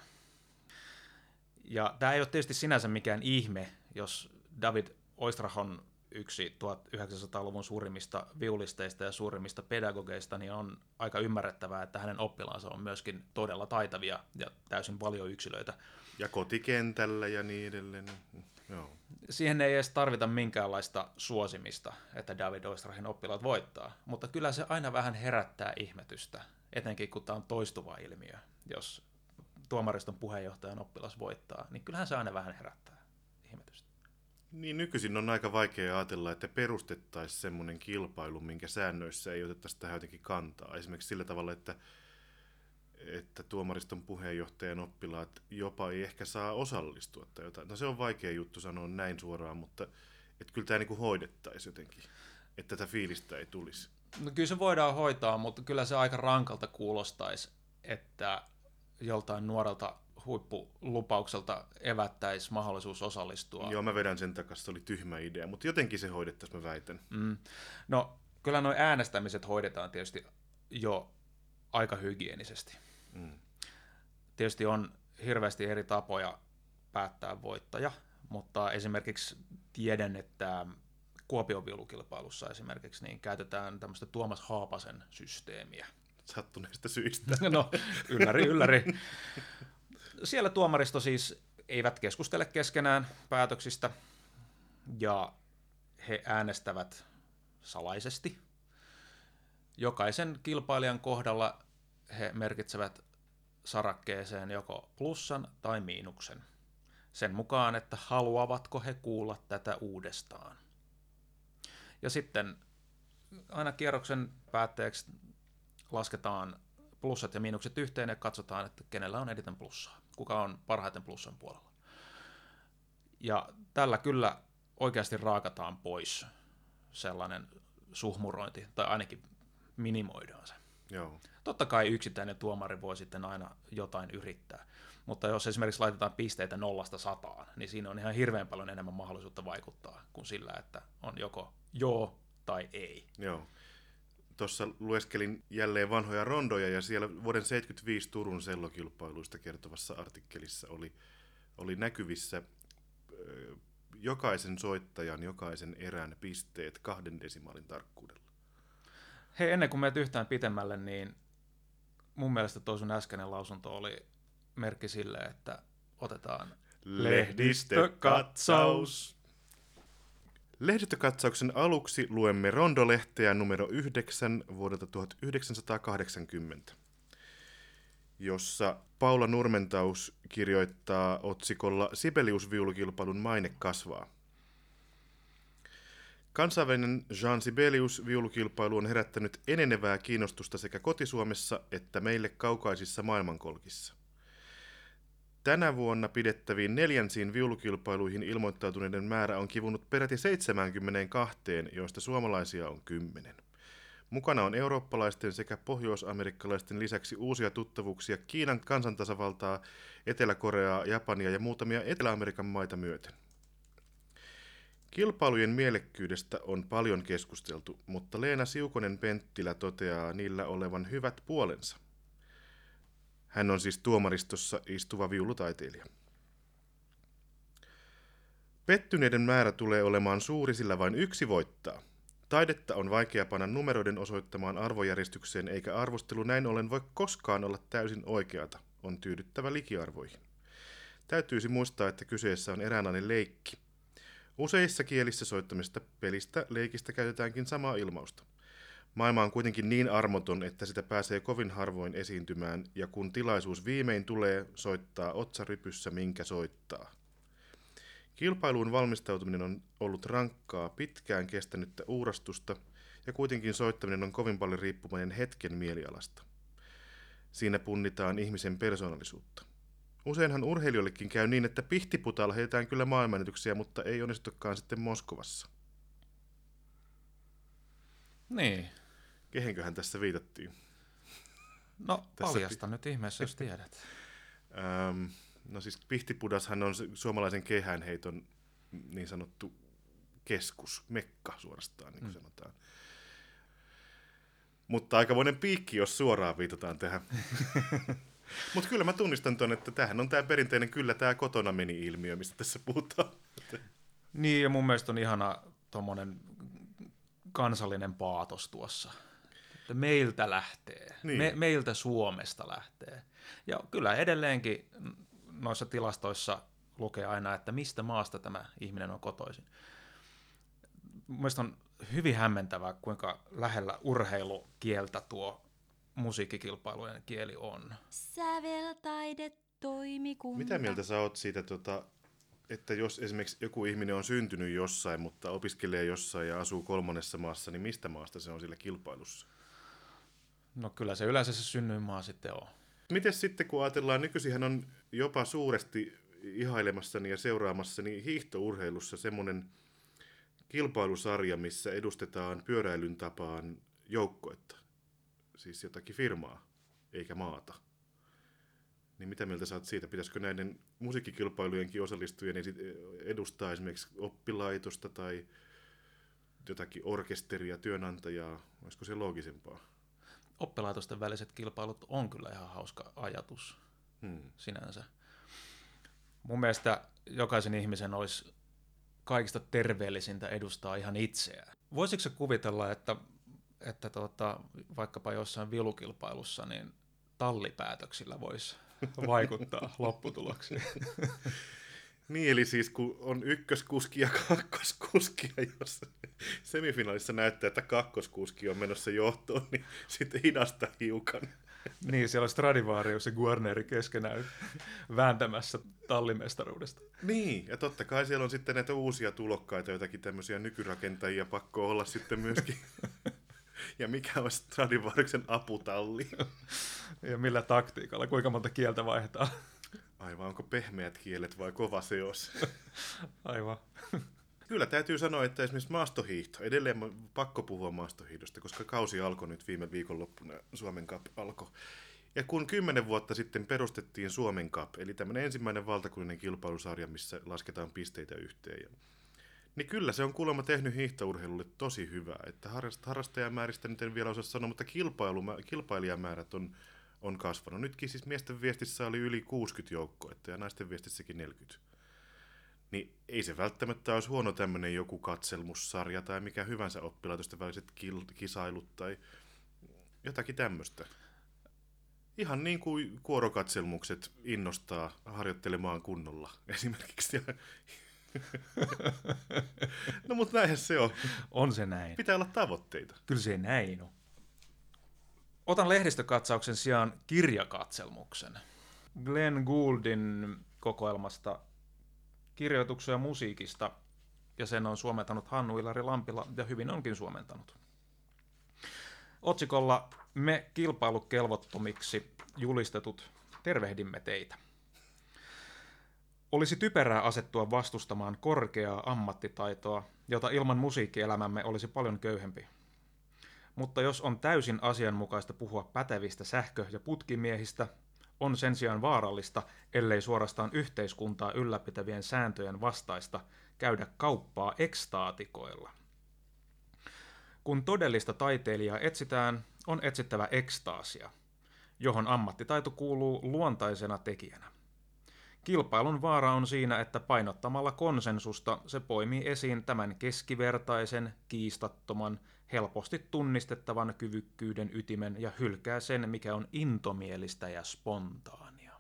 Ja tämä ei ole tietysti sinänsä mikään ihme, jos David Oistrach on yksi tuhatyhdeksänsataaluvun suurimmista viulisteista ja suurimmista pedagogeista, niin on aika ymmärrettävää, että hänen oppilaansa on myöskin todella taitavia ja täysin valioyksilöitä. Ja kotikentällä ja niin edelleen. Joo. Siihen ei edes tarvita minkäänlaista suosimista, että David Oistrachin oppilaat voittaa, mutta kyllä se aina vähän herättää ihmetystä, etenkin kun tämä on toistuva ilmiö. Jos tuomariston puheenjohtajan oppilas voittaa, niin kyllähän se aina vähän herättää ihmetystä. Niin nykyisin on aika vaikea ajatella, että perustettaisiin semmoinen kilpailu, minkä säännöissä ei otettaisi tähän jotenkin kantaa. Esimerkiksi sillä tavalla, että että tuomariston puheenjohtajan oppilaat jopa ei ehkä saa osallistua tai jotain. No se on vaikea juttu sanoa näin suoraan, mutta että kyllä tämä niin kuin hoidettaisiin jotenkin, että tätä fiilistä ei tulisi. No kyllä se voidaan hoitaa, mutta kyllä se aika rankalta kuulostaisi, että joltain nuorelta huippulupaukselta evättäisi mahdollisuus osallistua. Joo, mä vedän sen takaisin, se oli tyhmä idea, mutta jotenkin se hoidettaisiin, mä väitän. Mm. No kyllä nuo äänestämiset hoidetaan tietysti jo aika hygienisesti. Mm. Tietysti on hirveästi eri tapoja päättää voittaja, mutta esimerkiksi tiedän, että Kuopion viulukilpailussa esimerkiksi niin käytetään tämmöistä Tuomas Haapasen systeemiä. Sattuneista syistä. No, ylläri, ylläri. Siellä tuomaristo siis eivät keskustele keskenään päätöksistä ja he äänestävät salaisesti. Jokaisen kilpailijan kohdalla he merkitsevät sarakkeeseen joko plussan tai miinuksen. Sen mukaan, että haluavatko he kuulla tätä uudestaan. Ja sitten aina kierroksen päätteeksi lasketaan plussat ja miinukset yhteen ja katsotaan, että kenellä on eniten plussaa. Kuka on parhaiten plussan puolella. Ja tällä kyllä oikeasti raakataan pois sellainen suhmurointi, tai ainakin minimoidaan se. Joo. Totta kai yksittäinen tuomari voi sitten aina jotain yrittää, mutta jos esimerkiksi laitetaan pisteitä nollasta sataan, niin siinä on ihan hirveän paljon enemmän mahdollisuutta vaikuttaa kuin sillä, että on joko joo tai ei. Joo. Tuossa lueskelin jälleen vanhoja rondoja, ja siellä vuoden seitsemänkymmentäviisi Turun sellokilpailuista kertovassa artikkelissa oli, oli näkyvissä ö, jokaisen soittajan, jokaisen erän pisteet kahden desimaalin tarkkuudella. Hei, ennen kuin menet yhtään pitemmälle, niin mun mielestä tuo sun äskeinen lausunto oli merkki sille, että otetaan lehdistökatsaus. Lehdistökatsauksen aluksi luemme rondolehteä numero yhdeksän vuodelta tuhatyhdeksänsataakahdeksankymmentä, jossa Paula Nurmentaus kirjoittaa otsikolla Sibelius-viulukilpailun maine kasvaa. Kansainvälinen Jean Sibelius-viulukilpailu on herättänyt enenevää kiinnostusta sekä kotisuomessa että meille kaukaisissa maailmankolkissa. Tänä vuonna pidettäviin neljänsiin viulukilpailuihin ilmoittautuneiden määrä on kivunut peräti seitsemänkymmentäkaksi, joista suomalaisia on kymmenen. Mukana on eurooppalaisten sekä pohjois-amerikkalaisten lisäksi uusia tuttavuuksia Kiinan kansantasavaltaa, Etelä-Koreaa, Japania ja muutamia Etelä-Amerikan maita myöten. Kilpailujen mielekkyydestä on paljon keskusteltu, mutta Leena Siukonen-Penttilä toteaa niillä olevan hyvät puolensa. Hän on siis tuomaristossa istuva viulutaiteilija. Pettyneiden määrä tulee olemaan suuri, sillä vain yksi voittaa. Taidetta on vaikea panna numeroiden osoittamaan arvojärjestykseen, eikä arvostelu näin ollen voi koskaan olla täysin oikeata, on tyydyttävä likiarvoihin. Täytyisi muistaa, että kyseessä on eräänlainen leikki. Useissa kielissä soittamista pelistä leikistä käytetäänkin samaa ilmausta. Maailma on kuitenkin niin armoton, että sitä pääsee kovin harvoin esiintymään, ja kun tilaisuus viimein tulee, soittaa otsarypyssä minkä soittaa. Kilpailuun valmistautuminen on ollut rankkaa, pitkään kestänyttä uurastusta, ja kuitenkin soittaminen on kovin paljon riippuvainen hetken mielialasta. Siinä punnitaan ihmisen persoonallisuutta. Useinhan urheilijoillekin käy niin, että pihtiputaalla heitetään kyllä maailmanennätyksiä, mutta ei onnistukaan sitten Moskovassa. Niin. Kehenköhän tässä viitattiin? No paljasta pi- nyt ihmeessä, jos tiedät. ähm, no siis Pihtipudashan on suomalaisen kehänheiton niin sanottu keskus, mekka suorastaan, niin kuin mm. sanotaan. Mutta aikamoinen piikki, jos suoraan viitataan tähän. Mutta kyllä mä tunnistan ton, että tämähän on tämä perinteinen kyllä tämä kotona meni -ilmiö, mistä tässä puhutaan. Niin, ja mun mielestä on ihana tommonen kansallinen paatos tuossa. Että meiltä lähtee, niin. Me, meiltä Suomesta lähtee. Ja kyllä edelleenkin noissa tilastoissa lukee aina, että mistä maasta tämä ihminen on kotoisin. Mielestäni on hyvin hämmentävää, kuinka lähellä urheilukieltä tuo musiikkikilpailujen kieli on. Säveltaidetoimikunta. Mitä mieltä sä oot siitä, tota, että jos esimerkiksi joku ihminen on syntynyt jossain, mutta opiskelee jossain ja asuu kolmannessa maassa, niin mistä maasta se on sillä kilpailussa? No kyllä se yleensä se synnyinmaa sitten on. Mites sitten, kun ajatellaan, nykyisinhän on jopa suuresti ihailemassani ja seuraamassani hiihtourheilussa semmoinen kilpailusarja, missä edustetaan pyöräilyn tapaan joukkoetta, siis jotakin firmaa, eikä maata. Niin mitä mieltä sä oot siitä? Pitäisikö näiden musiikkikilpailujenkin osallistujien edustaa esimerkiksi oppilaitosta tai jotakin orkesteria, työnantajaa? Olisiko se loogisempaa? Oppilaitosten väliset kilpailut on kyllä ihan hauska ajatus hmm. sinänsä. Mun mielestä jokaisen ihmisen olisi kaikista terveellisintä edustaa ihan itseään. Voisitko se kuvitella, että, että tuota, vaikkapa jossain vilukilpailussa niin tallipäätöksillä voisi vaikuttaa lopputuloksiin? Niin, eli siis kun on ykköskuski ja kakkoskuski, ja jos semifinaalissa näyttää, että kakkoskuski on menossa johtoon, niin sitten hidasta hiukan. Niin, siellä on Stradivarius ja Guarneri keskenään vääntämässä tallimestaruudesta. Niin, ja totta kai siellä on sitten näitä uusia tulokkaita, jotakin tämmöisiä nykyrakentajia pakko olla sitten myöskin. Ja mikä on Stradivariuksen aputalli? Ja millä taktiikalla, kuinka monta kieltä vaihtaa? Aivan, onko pehmeät kielet vai kova seos? Aivan. Kyllä täytyy sanoa, että esimerkiksi maastohiihto, edelleen on pakko puhua maastohiihdosta, koska kausi alkoi nyt viime viikonloppuna, Suomen Cup alkoi. Ja kun kymmenen vuotta sitten perustettiin Suomen Cup, eli tämmöinen ensimmäinen valtakunnallinen kilpailusarja, missä lasketaan pisteitä yhteen, niin kyllä se on kuulemma tehnyt hiihtourheilulle tosi hyvää. Että harrastajamääristä nyt en vielä osaa sanoa, mutta kilpailijamäärät on, on kasvanut. Nytkin siis miesten viestissä oli yli kuusikymmentä joukkoetta ja naisten viestissäkin neljäkymmentä. Niin ei se välttämättä olisi huono tämmöinen joku katselmussarja tai mikä hyvänsä oppilaitosten väliset kil- kisailut tai jotakin tämmöistä. Ihan niin kuin kuorokatselmukset innostaa harjoittelemaan kunnolla esimerkiksi. No mutta näinhän se on. On se näin. Pitää olla tavoitteita. Kyllä se näin on. Otan lehdistökatsauksen sijaan kirjakatselmuksen. Glenn Gouldin kokoelmasta kirjoituksia musiikista, ja sen on suomentanut Hannu Ilari Lampila, ja hyvin onkin suomentanut. Otsikolla Me kilpailukelvottomiksi julistetut tervehdimme teitä. Olisi typerää asettua vastustamaan korkeaa ammattitaitoa, jota ilman musiikkielämämme olisi paljon köyhempi. Mutta jos on täysin asianmukaista puhua pätevistä sähkö- ja putkimiehistä, on sen sijaan vaarallista, ellei suorastaan yhteiskuntaa ylläpitävien sääntöjen vastaista, käydä kauppaa ekstaatikoilla. Kun todellista taiteilijaa etsitään, on etsittävä ekstaasia, johon ammattitaito kuuluu luontaisena tekijänä. Kilpailun vaara on siinä, että painottamalla konsensusta se poimii esiin tämän keskivertaisen, kiistattoman, helposti tunnistettavan kyvykkyyden ytimen ja hylkää sen, mikä on intomielistä ja spontaania.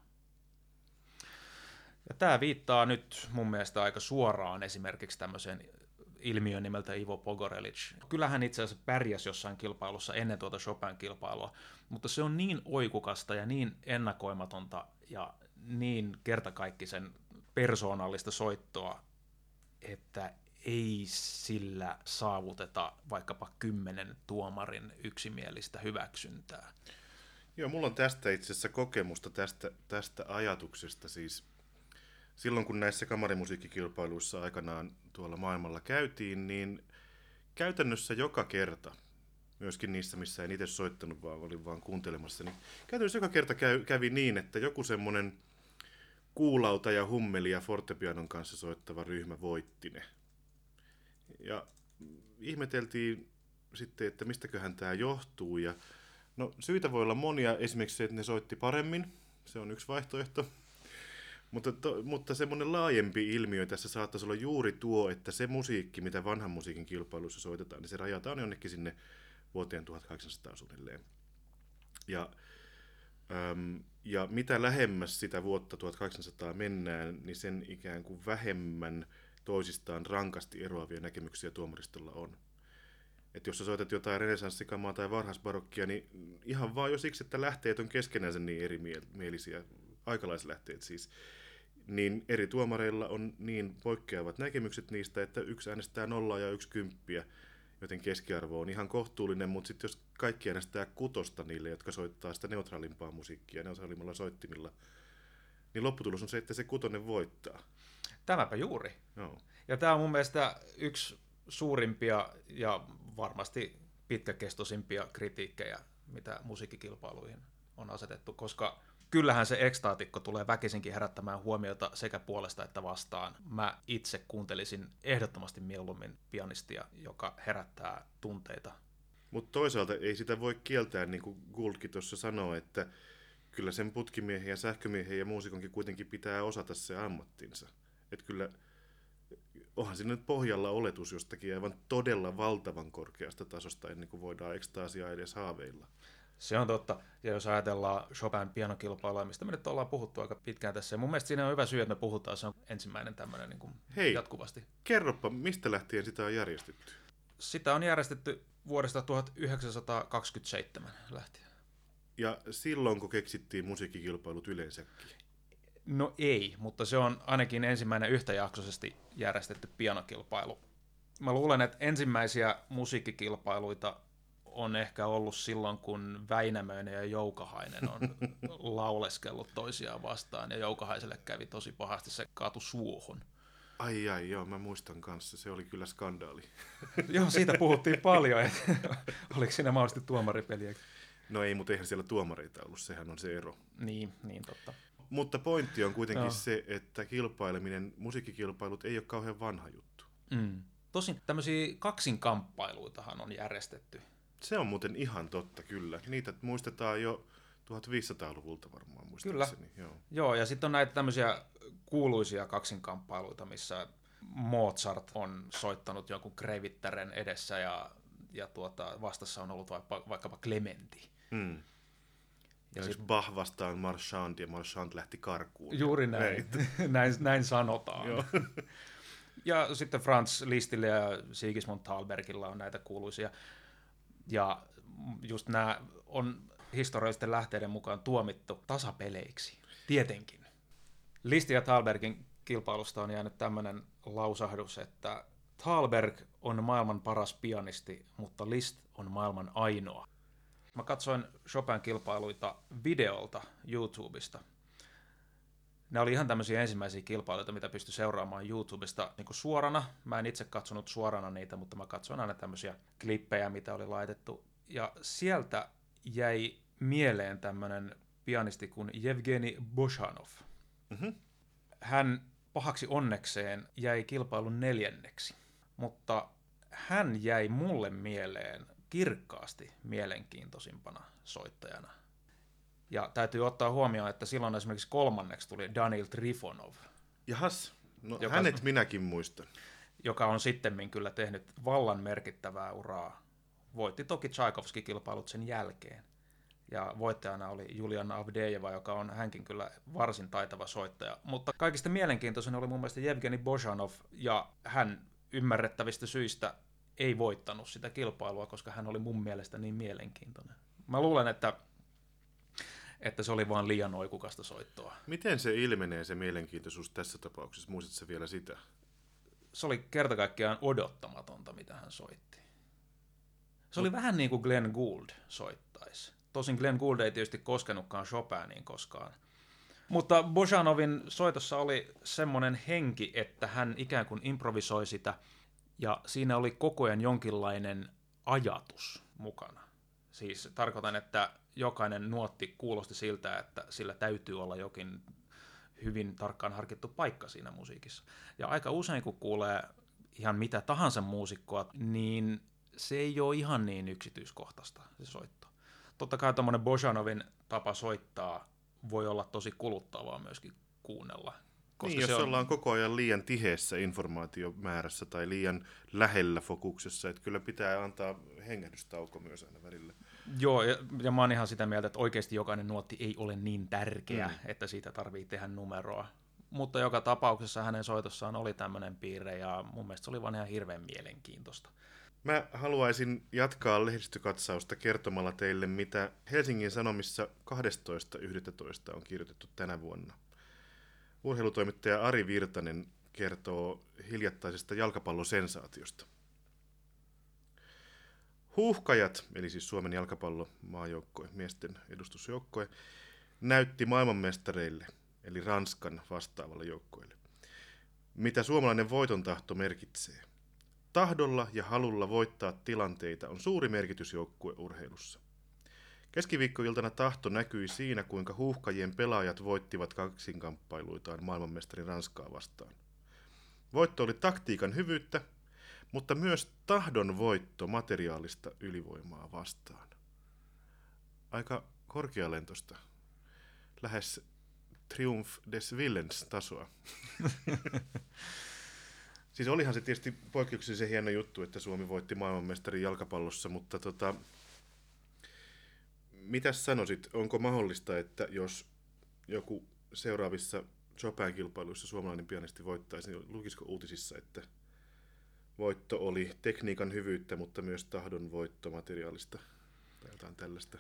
Ja tämä viittaa nyt mun mielestä aika suoraan esimerkiksi tämmöiseen ilmiön nimeltä Ivo Pogorelic. Kyllähän itse asiassa pärjäsi jossain kilpailussa ennen tuota Chopin-kilpailua, mutta se on niin oikukasta ja niin ennakoimatonta ja niin kertakaikkisen persoonallista soittoa, että ei sillä saavuteta vaikkapa kymmenen tuomarin yksimielistä hyväksyntää. Joo, mulla on tästä itse asiassa kokemusta tästä, tästä ajatuksesta. Siis silloin kun näissä kamarimusiikkikilpailuissa aikanaan tuolla maailmalla käytiin, niin käytännössä joka kerta, myöskin niissä, missä en itse soittanut, vaan olin vaan kuuntelemassa, niin käytännössä joka kerta käy, kävi niin, että joku semmoinen kuulauta ja hummeli ja fortepianon kanssa soittava ryhmä voitti ne. Ja ihmeteltiin sitten, että mistäköhän tämä johtuu. Ja no, syitä voi olla monia, esimerkiksi se, että ne soitti paremmin, se on yksi vaihtoehto. Mutta, to, mutta semmoinen laajempi ilmiö tässä saattaisi olla juuri tuo, että se musiikki, mitä vanhan musiikin kilpailuissa soitetaan, niin se rajataan jonnekin sinne vuoteen tuhatkahdeksansataa suunnilleen. Ja, äm, ja mitä lähemmäs sitä vuotta tuhatkahdeksansataa mennään, niin sen ikään kuin vähemmän toisistaan rankasti eroavia näkemyksiä tuomaristolla on. Että jos sä soitat jotain renesanssikamaa tai varhaisbarokkia, niin ihan vaan jo siksi, että lähteet on keskenänsä niin erimielisiä, aikalaislähteet siis, niin eri tuomareilla on niin poikkeavat näkemykset niistä, että yksi äänestää nollaa ja yksi kymppiä, joten keskiarvo on ihan kohtuullinen, mutta sitten jos kaikki äänestää kutosta niille, jotka soittaa sitä neutraalimpaa musiikkia neutraalimmalla soittimilla, niin lopputulos on se, että se kutonen voittaa. Tämäpä juuri. No. Ja tämä on mun mielestä yksi suurimpia ja varmasti pitkäkestoisimpia kritiikkejä, mitä musiikkikilpailuihin on asetettu, koska kyllähän se ekstaatikko tulee väkisinkin herättämään huomiota sekä puolesta että vastaan. Mä itse kuuntelisin ehdottomasti mieluummin pianistia, joka herättää tunteita. Mutta toisaalta ei sitä voi kieltää, niin kuin Gouldkin tuossa sanoo, että kyllä sen putkimiehen ja sähkömiehen ja muusikonkin kuitenkin pitää osata se ammattinsa. Että kyllä onhan siinä nyt pohjalla oletus jostakin aivan todella valtavan korkeasta tasosta ennen kuin voidaan ekstaasia edes haaveilla. Se on totta. Ja jos ajatellaan Chopin pianokilpailua, mistä me nyt ollaan puhuttu aika pitkään tässä, ja mun mielestä siinä on hyvä syy, että me puhutaan, se on ensimmäinen tämmöinen niin kuin Hei, jatkuvasti. Kerropa, mistä lähtien sitä on järjestetty? Sitä on järjestetty vuodesta tuhatyhdeksänsataakaksikymmentäseitsemän lähtien. Ja silloin, kun keksittiin musiikkikilpailut yleensäkin? No ei, mutta se on ainakin ensimmäinen yhtäjaksoisesti järjestetty pianokilpailu. Mä luulen, että ensimmäisiä musiikkikilpailuita on ehkä ollut silloin, kun Väinämöinen ja Joukahainen on lauleskellut toisiaan vastaan, ja Joukahaiselle kävi tosi pahasti, se kaatui suuhun. Ai ai, joo, mä muistan kanssa, se oli kyllä skandaali. Joo, siitä puhuttiin paljon, että oliko siinä mahdollisesti tuomaripeliä. No ei, mutta eihän siellä tuomareita ollut, sehän on se ero. Niin, niin totta. Mutta pointti on kuitenkin no. se, että kilpaileminen, musiikkikilpailut ei ole kauhean vanha juttu. Mm. Tosin tämmöisiä kaksinkamppailuitahan on järjestetty. Se on muuten ihan totta, kyllä. Niitä muistetaan jo tuhatviisisataaluvulta varmaan muistaakseni. Kyllä. Joo. Joo, ja sitten on näitä tämmöisiä kuuluisia kaksinkamppailuita, missä Mozart on soittanut jonkun Krevittären edessä ja, ja tuota, vastassa on ollut vaikka, vaikkapa Clementi. Hmm. Ja sit... Bach vastaan Marchand ja Marchand lähti karkuun. Juuri näin, näin, näin sanotaan. Joo. Ja sitten Franz Lisztillä ja Sigismund Thalbergilla on näitä kuuluisia. Ja just nämä on historiallisten lähteiden mukaan tuomittu tasapeleiksi, tietenkin. Liszt ja Thalbergin kilpailusta on jäänyt tämmöinen lausahdus, että Thalberg on maailman paras pianisti, mutta Liszt on maailman ainoa. Mä katsoin Chopin kilpailuita videolta YouTubesta. Ne oli ihan tämmöisiä ensimmäisiä kilpailuita, mitä pystyi seuraamaan YouTubesta niin kuin suorana. Mä en itse katsonut suorana niitä, mutta mä katsoin aina tämmöisiä klippejä, mitä oli laitettu. Ja sieltä jäi mieleen tämmöinen pianisti kuin Jevgeni Bozhanov. Mm-hmm. Hän pahaksi onnekseen jäi kilpailun neljänneksi, mutta hän jäi mulle mieleen kirkkaasti mielenkiintoisimpana soittajana. Ja täytyy ottaa huomioon, että silloin esimerkiksi kolmanneksi tuli Daniil Trifonov. Jahas, no joka, hänet minäkin muistan. Joka on sittemmin kyllä tehnyt vallan merkittävää uraa. Voitti toki Tchaikovsky-kilpailut sen jälkeen. Ja voittajana oli Juliana Avdejeva, joka on hänkin kyllä varsin taitava soittaja. Mutta kaikista mielenkiintoisen oli mun mielestä Jevgeni Bozhanov, ja hän ymmärrettävistä syistä ei voittanut sitä kilpailua, koska hän oli mun mielestä niin mielenkiintoinen. Mä luulen, että että se oli vaan liian oikukasta soittoa. Miten se ilmenee, se mielenkiintoisuus tässä tapauksessa? Muistatko vielä sitä? Se oli kertakaikkiaan odottamatonta, mitä hän soitti. Se oli vähän niin kuin Glenn Gould soittaisi. Tosin Glenn Gould ei tietysti koskenutkaan Chopiniin koskaan. Mutta Bozhanovin soitossa oli semmoinen henki, että hän ikään kuin improvisoi sitä, ja siinä oli koko ajan jonkinlainen ajatus mukana. Siis tarkoitan, että jokainen nuotti kuulosti siltä, että sillä täytyy olla jokin hyvin tarkkaan harkittu paikka siinä musiikissa. Ja aika usein, kun kuulee ihan mitä tahansa muusikkoa, niin se ei ole ihan niin yksityiskohtaista se soitto. Totta kai tuommoinen Bozhanovin tapa soittaa voi olla tosi kuluttavaa myöskin kuunnella. Koska niin, jos on... ollaan koko ajan liian tiheässä informaatiomäärässä tai liian lähellä fokuksessa, että kyllä pitää antaa hengähdystauko myös aina välillä. Joo, ja, ja mä oon ihan sitä mieltä, että oikeasti jokainen nuotti ei ole niin tärkeä, mm. että siitä tarvii tehdä numeroa. Mutta joka tapauksessa hänen soitossaan oli tämmöinen piirre, ja mun mielestä se oli vaan ihan hirveän mielenkiintoista. Mä haluaisin jatkaa lehdistökatsausta kertomalla teille, mitä Helsingin Sanomissa kahdestoista yhdestoista on kirjoitettu tänä vuonna. Urheilutoimittaja Ari Virtanen kertoo hiljattaisesta jalkapallosensaatiosta. Huuhkajat, eli siis Suomen jalkapallomaajoukkue, miesten edustusjoukkue, näytti maailmanmestareille, eli Ranskan vastaavalle joukkueelle, mitä suomalainen voitontahto merkitsee. Tahdolla ja halulla voittaa tilanteita on suuri merkitys joukkueurheilussa. Keskiviikkoiltana tahto näkyi siinä, kuinka huuhkajien pelaajat voittivat kaksinkamppailuitaan maailmanmestari Ranskaa vastaan. Voitto oli taktiikan hyvyyttä, mutta myös tahdon voitto materiaalista ylivoimaa vastaan. Aika korkealentoista, lähes Triumph des Willens tasoa. Siis olihan se tietysti poikkeuksellisen hieno juttu, että Suomi voitti maailmanmestarin jalkapallossa, mutta tota, Mitäs sanoisit, onko mahdollista, että jos joku seuraavissa Chopin-kilpailuissa suomalainen pianisti voittaisi, niin lukisiko uutisissa, että voitto oli tekniikan hyvyyttä, mutta myös tahdon voitto materiaalista tai jotain tällaista?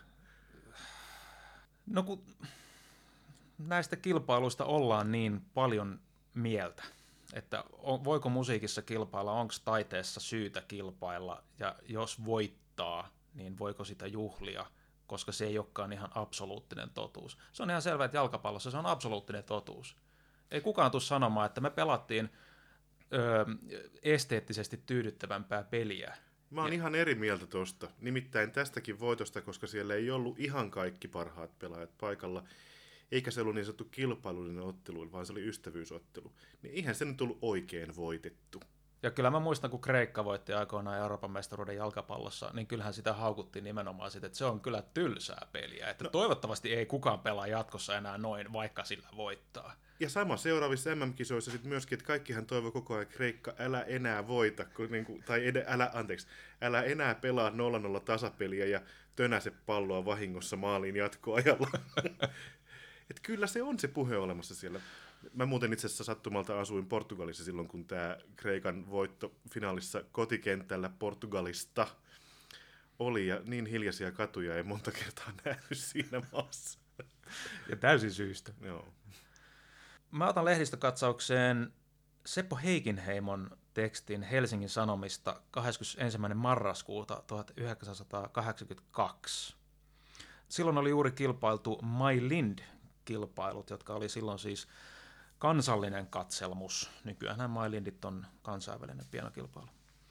No kun näistä kilpailuista ollaan niin paljon mieltä, että voiko musiikissa kilpailla, onko taiteessa syytä kilpailla, ja jos voittaa, niin voiko sitä juhlia, koska se ei olekaan ihan absoluuttinen totuus. Se on ihan selvä, että jalkapallossa se on absoluuttinen totuus. Ei kukaan tule sanomaan, että me pelattiin öö, esteettisesti tyydyttävämpää peliä. Mä oon ja... ihan eri mieltä tosta. Nimittäin tästäkin voitosta, koska siellä ei ollut ihan kaikki parhaat pelaajat paikalla, eikä se ollut niin sanottu kilpailullinen ottelu, vaan se oli ystävyysottelu. Niin eihän se nyt ollut oikein voitettu. Ja kyllä mä muistan, kun Kreikka voitti aikoinaan Euroopan mestaruuden jalkapallossa, niin kyllähän sitä haukuttiin nimenomaan sitä, että se on kyllä tylsää peliä. Että no. Toivottavasti ei kukaan pelaa jatkossa enää noin, vaikka sillä voittaa. Ja sama seuraavissa M M-kisoissa sitten myöskin, että kaikkihan toivoo koko ajan, Kreikka, älä enää voita, kun, niin kuin, tai ed- älä, anteeksi, älä enää pelaa nolla nolla tasapeliä ja tönäse palloa vahingossa maaliin jatkoajalla. Että kyllä se on se puhe olemassa siellä. Mä muuten itse asiassa sattumalta asuin Portugalissa silloin, kun tämä Kreikan voitto finaalissa kotikentällä Portugalista oli, ja niin hiljaisia katuja ei monta kertaa nähnyt siinä maassa. Ja täysin syystä. Joo. Mä otan lehdistökatsaukseen Seppo Heikinheimon tekstin Helsingin Sanomista kahdeskymmenesensimmäinen marraskuuta tuhatyhdeksänsataakahdeksankymmentäkaksi. Silloin oli juuri kilpailtu My Lind-kilpailut, jotka oli silloin siis kansallinen katselmus. Nykyään My Lindit on kansainvälinen pianokilpailu.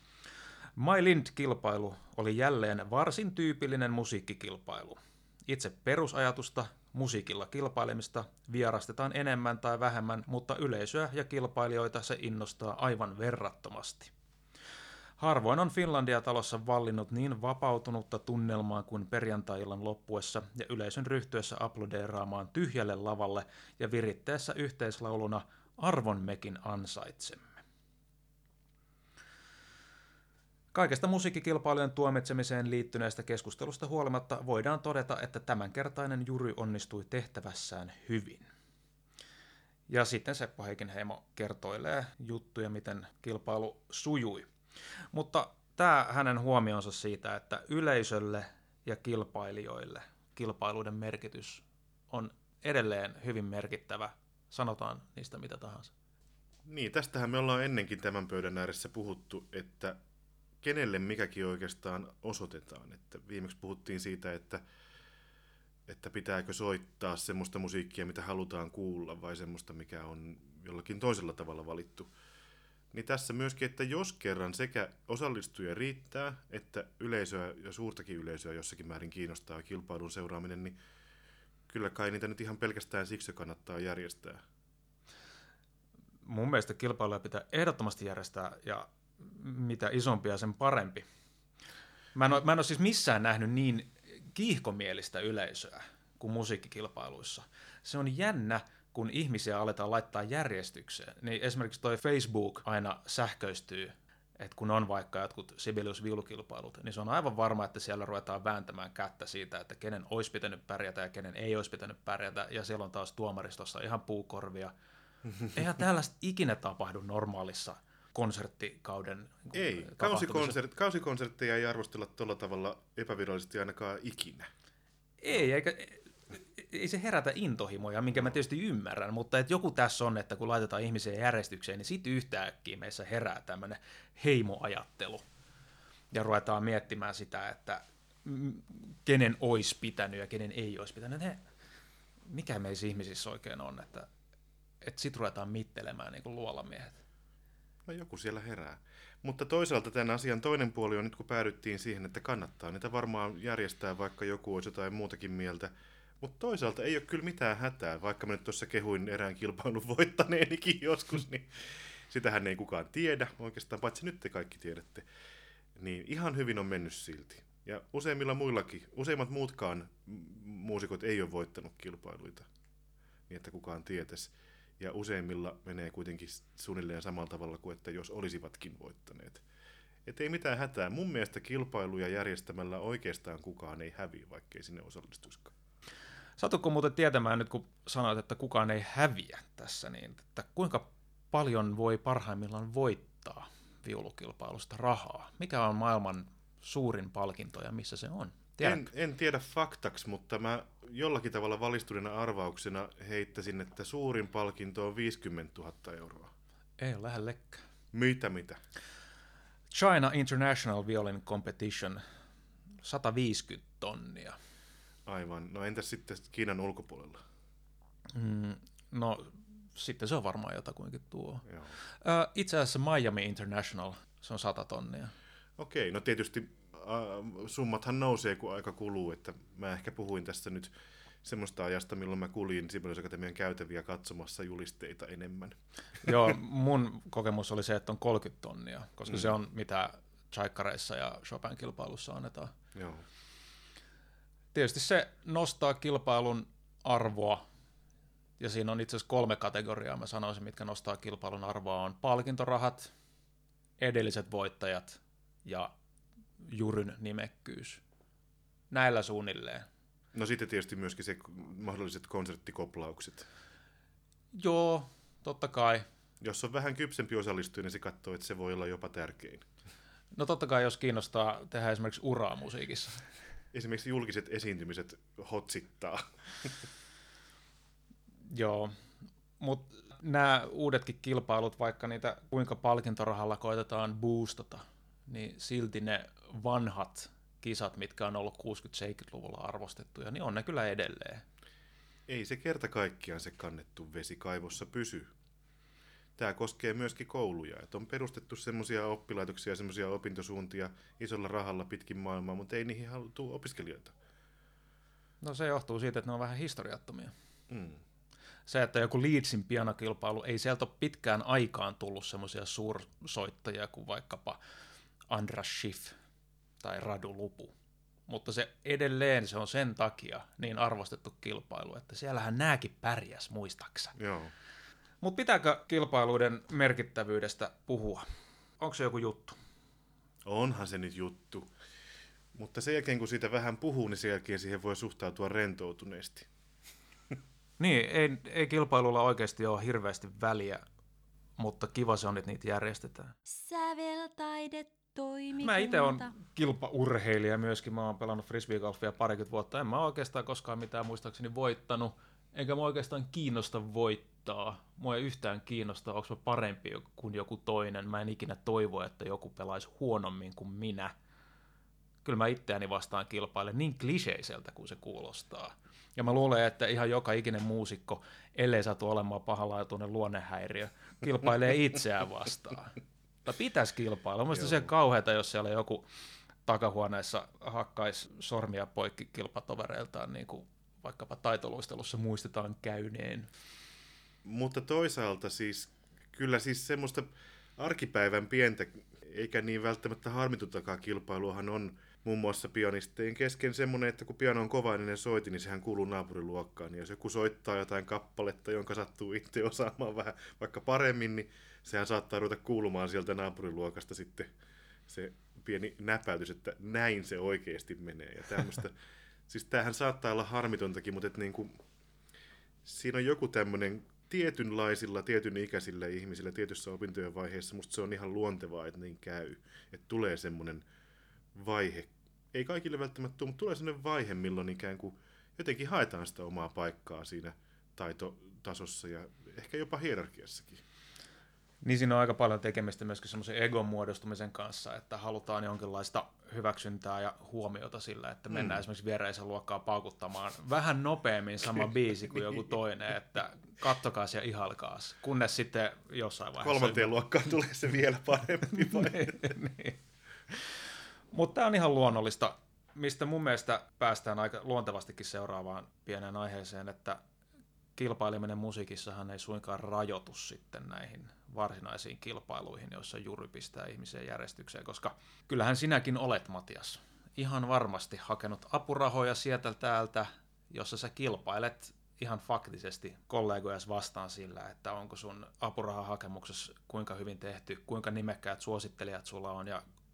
My Lind-kilpailu oli jälleen varsin tyypillinen musiikkikilpailu. Itse perusajatusta musiikilla kilpailemista vierastetaan enemmän tai vähemmän, mutta yleisöä ja kilpailijoita se innostaa aivan verrattomasti. Harvoin on Finlandia-talossa vallinnut niin vapautunutta tunnelmaa kuin perjantai-illan loppuessa ja yleisön ryhtyessä aplodeeraamaan tyhjälle lavalle ja virittäessä yhteislauluna Arvon mekin ansaitsemme. Kaikesta musiikkikilpailujen tuomitsemiseen liittyneestä keskustelusta huolimatta voidaan todeta, että tämänkertainen jury onnistui tehtävässään hyvin. Ja sitten Seppo Heikinheimo kertoilee juttuja, miten kilpailu sujui. Mutta tämä hänen huomionsa siitä, että yleisölle ja kilpailijoille kilpailuiden merkitys on edelleen hyvin merkittävä, sanotaan niistä mitä tahansa. Niin, tästähän me ollaan ennenkin tämän pöydän ääressä puhuttu, että kenelle mikäkin oikeastaan osoitetaan. Että viimeksi puhuttiin siitä, että, että pitääkö soittaa semmoista musiikkia, mitä halutaan kuulla, vai semmoista, mikä on jollakin toisella tavalla valittu. Niin tässä myöskin, että jos kerran sekä osallistuja riittää, että yleisöä ja suurtakin yleisöä jossakin määrin kiinnostaa kilpailun seuraaminen, niin kyllä kai niitä nyt ihan pelkästään siksi kannattaa järjestää. Mun mielestä kilpailuja pitää ehdottomasti järjestää, ja mitä isompia, sen parempi. Mä en ole, mä en ole siis missään nähnyt niin kiihkomielistä yleisöä kuin musiikkikilpailuissa. Se on jännä, kun ihmisiä aletaan laittaa järjestykseen. Niin esimerkiksi toi Facebook aina sähköistyy, että kun on vaikka jotkut Sibelius-viulukilpailut, niin se on aivan varma, että siellä ruvetaan vääntämään kättä siitä, että kenen olisi pitänyt pärjätä ja kenen ei olisi pitänyt pärjätä, ja siellä on taas tuomaristossa ihan puukorvia. Eihän tällaista ikinä tapahdu normaalissa konserttikauden ei, kausikonsert, kausikonsertteja ei arvostella tuolla tavalla epävirallisesti ainakaan ikinä. Ei, eikä, ei se herätä intohimoja, minkä mä tietysti ymmärrän, mutta et joku tässä on, että kun laitetaan ihmisiä järjestykseen, niin sitten yhtäkkiä meissä herää tämmöinen heimoajattelu. Ja ruvetaan miettimään sitä, että kenen olisi pitänyt ja kenen ei olisi pitänyt. He, mikä meissä ihmisissä oikein on, että, että sit ruvetaan mittelemään niin kuin luolamiehet. No joku siellä herää. Mutta toisaalta tämän asian toinen puoli on nyt, kun päädyttiin siihen, että kannattaa niitä varmaan järjestää, vaikka joku olisi jotain muutakin mieltä. Mutta toisaalta ei ole kyllä mitään hätää, vaikka mä nyt tuossa kehuin erään kilpailun voittaneenikin joskus, niin sitähän ei kukaan tiedä oikeastaan, paitsi nyt te kaikki tiedätte. Niin ihan hyvin on mennyt silti. Ja useimmilla muillakin, useimmat muutkaan muusikot ei ole voittanut kilpailuita, niin että kukaan tietäisi. Ja useimmilla menee kuitenkin suunnilleen samalla tavalla kuin, että jos olisivatkin voittaneet. Että ei mitään hätää. Mun mielestä kilpailuja järjestämällä oikeastaan kukaan ei häviä, vaikkei sinne osallistuisikaan. Satutko muuten tietämään nyt, kun sanoit, että kukaan ei häviä tässä, niin että kuinka paljon voi parhaimmillaan voittaa viulukilpailusta rahaa? Mikä on maailman suurin palkinto ja missä se on? En, en tiedä faktaksi, mutta mä jollakin tavalla valistuneena arvauksena heittäisin, että suurin palkinto on viisikymmentätuhatta euroa. Ei ole lähellekään. Mitä mitä? China International Violin Competition, sata viisikymmentä tonnia. Aivan. No entäs sitten Kiinan ulkopuolella? Mm, no sitten se on varmaan jotakuinkin tuo. Joo. Ö, itse asiassa Miami International, se on sata tonnia. Okei, no tietysti äh, summathan nousee, kun aika kuluu, että mä ehkä puhuin tässä nyt semmoista ajasta, milloin mä kuljin Sibelius Akatemian käytäviä katsomassa julisteita enemmän. Joo, mun kokemus oli se, että on kolmekymmentä tonnia, koska Mm. se on mitä Tchaikkareissa ja Chopin-kilpailussa annetaan. Joo. Tietysti se nostaa kilpailun arvoa, ja siinä on itse asiassa kolme kategoriaa, mä sanoisin, mitkä nostaa kilpailun arvoa, on palkintorahat, edelliset voittajat ja juryn nimekkyys. Näillä suunnilleen. No sitten tietysti myöskin se mahdolliset konserttikoplaukset. Joo, totta kai. Jos on vähän kypsempi osallistuja, niin se katsoo, että se voi olla jopa tärkein. No totta kai, jos kiinnostaa tehdä esimerkiksi uraa musiikissa. Esimerkiksi julkiset esiintymiset hotsittaa. Joo, mutta nämä uudetkin kilpailut, vaikka niitä kuinka palkintorahalla koitetaan boostata, niin silti ne vanhat kisat, mitkä on ollut kuusikymmentä-seitsemänkymmentäluvulla arvostettuja, niin on ne kyllä edelleen. Ei se kerta kaikkiaan se kannettu vesi kaivossa pysy. Tämä koskee myöskin kouluja. Että on perustettu semmoisia oppilaitoksia ja semmoisia opintosuuntia isolla rahalla pitkin maailmaa, mutta ei niihin haluttu opiskelijoita. No se johtuu siitä, että ne on vähän historiattomia. Mm. Se, että joku Leedsin pianokilpailu, ei sieltä ole pitkään aikaan tullut semmoisia suursoittajia kuin vaikkapa Andras Schiff tai Radu Lupu. Mutta se edelleen se on sen takia niin arvostettu kilpailu, että siellähän nääkin pärjäs muistaksa. Joo. Mutta pitääkö kilpailuiden merkittävyydestä puhua? Onko se joku juttu? Onhan se nyt juttu. Mutta sen jälkeen, kun siitä vähän puhuu, niin sen jälkeen siihen voi suhtautua rentoutuneesti. Niin, ei, ei kilpailulla oikeasti ole hirveästi väliä, mutta kiva se on, että niitä järjestetään. Säveltaidetoimikunta. Mä itse olen kilpaurheilija myöskin. Mä oon pelannut frisbeegolfia parikymmentä vuotta. En mä oikeastaan koskaan mitään muistaakseni voittanut. Enkä mä oikeastaan kiinnosta voittaa. Mua ei yhtään kiinnosta, onko mä parempi kuin joku toinen. Mä en ikinä toivo, että joku pelaisi huonommin kuin minä. Kyllä mä itseäni vastaan kilpailen niin kliseiseltä kuin se kuulostaa. Ja mä luulen, että ihan joka ikinen muusikko, ellei satu olemaan pahanlaatuinen luonnehäiriö, kilpailee itseään vastaan. Tai pitäisi kilpailla. Mielestäni se kauheata, jos siellä joku takahuoneessa hakkaisi sormia poikki kilpatovereiltaan, niin kuin vaikkapa taitoluistelussa muistetaan käyneen. Mutta toisaalta siis, kyllä siis semmoista arkipäivän pientä, eikä niin välttämättä harmituntakaan kilpailuahan on muun muassa pianistejen kesken semmoinen, että kun piano on kovainen soiti, niin sehän kuuluu naapuriluokkaan. Ja jos joku soittaa jotain kappaletta, jonka sattuu itse osaamaan vähän vaikka paremmin, niin sehän saattaa ruveta kuulumaan sieltä naapuriluokasta sitten se pieni näpäytys, että näin se oikeasti menee. Ja tämmöistä, siis tämähän saattaa olla harmitontakin, mutta et niin kuin, siinä on joku tämmöinen tietynlaisilla, tietyn ikäisillä ihmisillä tietyssä opintojen vaiheessa, musta se on ihan luontevaa, että niin käy. Että tulee semmoinen vaihe, ei kaikille välttämättä tule, mutta tulee semmoinen vaihe, milloin ikään kuin jotenkin haetaan sitä omaa paikkaa siinä taitotasossa ja ehkä jopa hierarkiassakin. Niin siinä on aika paljon tekemistä myöskin semmoisen egon muodostumisen kanssa, että halutaan jonkinlaista hyväksyntää ja huomiota sillä, että mennään mm. esimerkiksi viereisen luokkaan paukuttamaan vähän nopeammin sama biisi kuin joku toinen, että kattokaas ja ihalkaas, kunnes sitten jossain vaiheessa... Kolmanteen luokkaan tulee se vielä parempi vai? niin. Mutta tämä on ihan luonnollista, mistä mun mielestä päästään aika luontevastikin seuraavaan pieneen aiheeseen, että kilpaileminen musiikissahan ei suinkaan rajoitu sitten näihin varsinaisiin kilpailuihin, joissa jury pistää ihmisiä järjestykseen, koska kyllähän sinäkin olet, Matias, ihan varmasti hakenut apurahoja sieltä täältä, jossa sä kilpailet ihan faktisesti kollegojas vastaan sillä, että onko sun apurahahakemuksessa kuinka hyvin tehty, kuinka nimekkäät suosittelijat sulla on ja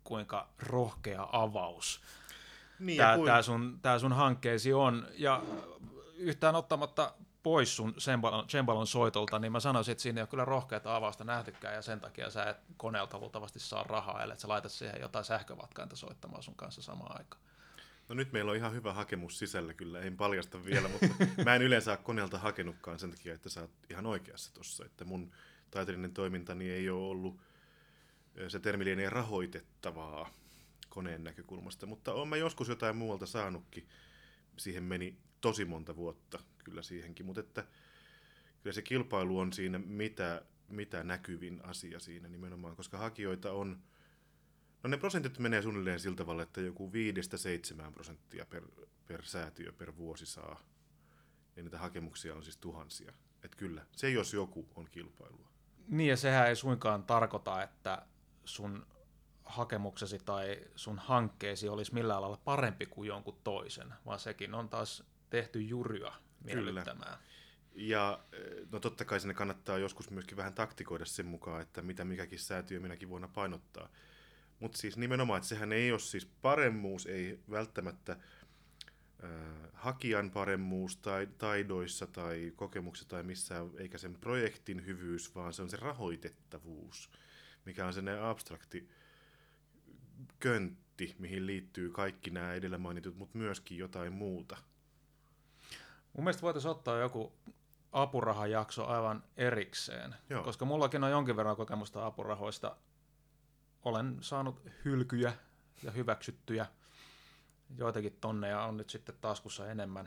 kuinka rohkea avaus Niin, tämä, kuin... tämä, sun, tämä sun hankkeesi on. Ja yhtään ottamatta pois sun cembalon, cembalon soitolta, niin mä sanoisin, että siinä ei ole kyllä rohkeata avausta nähtykään, ja sen takia sä et koneelta luultavasti saa rahaa, ellei sä laita siihen jotain sähkövatkainta soittamaan sun kanssa samaan aikaan. No nyt meillä on ihan hyvä hakemus sisällä kyllä, en paljasta vielä, mutta mä en yleensä ole koneelta hakenutkaan sen takia, että sä oot ihan oikeassa tossa, että mun taiteellinen toimintani ei ole ollut, se termi lienee rahoitettavaa koneen näkökulmasta, mutta oon mä joskus jotain muualta saanutkin, siihen meni tosi monta vuotta kyllä siihenkin, mutta että kyllä se kilpailu on siinä mitä, mitä näkyvin asia siinä nimenomaan, koska hakijoita on, no ne prosentit menee suunnilleen sillä tavalla, että joku viidestä seitsemään prosenttia per, per säätiö per vuosi saa, ja niitä hakemuksia on siis tuhansia, että kyllä, se jos joku on kilpailua. Niin, ja sehän ei suinkaan tarkoita, että sun hakemuksesi tai sun hankkeesi olisi millään lailla parempi kuin jonkun toisen, vaan sekin on taas tehty jurya miellyttämään. Ja no totta kai sinne kannattaa joskus myöskin vähän taktikoida sen mukaan, että mitä mikäkin säätiö minäkin vuonna painottaa. Mutta siis nimenomaan, että sehän ei ole siis paremmuus, ei välttämättä äh, hakijan paremmuus tai taidoissa tai kokemuksissa tai missään, eikä sen projektin hyvyys, vaan se on se rahoitettavuus, mikä on sellainen abstrakti köntti, mihin liittyy kaikki nämä edellä mainitut, mutta myöskin jotain muuta. Mun mielestä voitaisiin ottaa joku apurahajakso aivan erikseen, Joo. koska mullakin on jonkin verran kokemusta apurahoista. Olen saanut hylkyjä ja hyväksyttyjä. Joitakin tonneja on nyt sitten taskussa enemmän.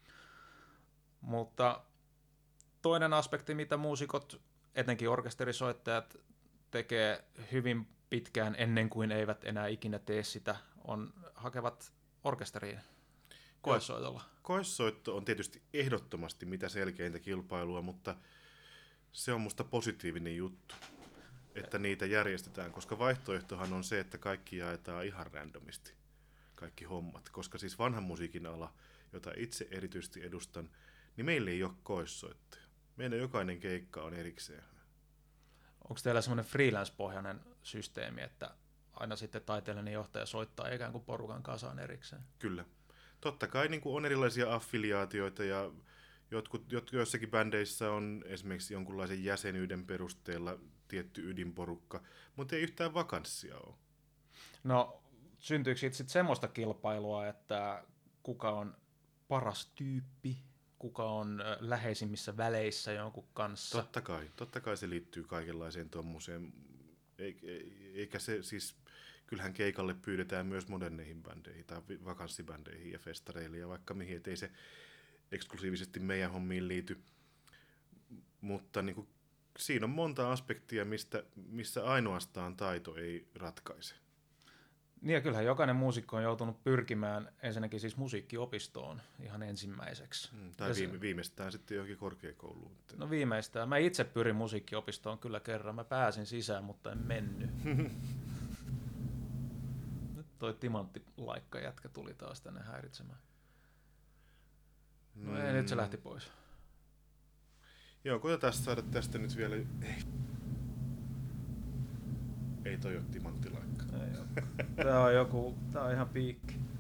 Mutta toinen aspekti, mitä muusikot, etenkin orkesterisoittajat, tekee hyvin pitkään ennen kuin eivät enää ikinä tee sitä, on hakevat orkesteriin koesoitolla. Koesoitto on tietysti ehdottomasti mitä selkeintä kilpailua, mutta se on musta positiivinen juttu, että niitä järjestetään, koska vaihtoehtohan on se, että kaikki jaetaan ihan randomisti, kaikki hommat, koska siis vanhan musiikin ala, jota itse erityisesti edustan, niin meillä ei ole koesoittoja. Meidän jokainen keikka on erikseen. Onko teillä semmoinen freelance-pohjainen systeemi, että aina sitten taiteellinen johtaja soittaa ikään kuin porukan kasaan erikseen? Kyllä. Totta kai niin kuin on erilaisia affiliaatioita ja jotkut, jot, joissakin bändeissä on esimerkiksi jonkunlaisen jäsenyyden perusteella tietty ydinporukka, mutta ei yhtään vakanssia ole. No syntyykö siitä sitten semmoista kilpailua, että kuka on paras tyyppi, kuka on läheisimmissä väleissä jonkun kanssa? Totta kai, totta kai se liittyy kaikenlaiseen tommoseen, eikä se siis, kyllähän keikalle pyydetään myös moderneihin bändeihin tai vakanssibändeihin ja festareille ja vaikka mihin, ettei se eksklusiivisesti meidän hommiin liity, mutta niin kuin, siinä on monta aspektia, mistä, missä ainoastaan taito ei ratkaise. Niin ja kyllähän jokainen muusikko on joutunut pyrkimään ensinnäkin siis musiikkiopistoon ihan ensimmäiseksi. Mm, tai viime, viimeistään sitten johonkin korkeakouluun. No viimeistään. Mä itse pyrin musiikkiopistoon kyllä kerran. Mä pääsin sisään, mutta en mennyt. Nyt toi timanttilaikkajätkä tuli taas tänne häiritsemään. No ei, mm. nyt se lähti pois. Joo, koitetaan saada tästä nyt vielä... Ei, ei toi ole timanttilaikka. Ei ole. Tää on joku, tää on ihan piikki.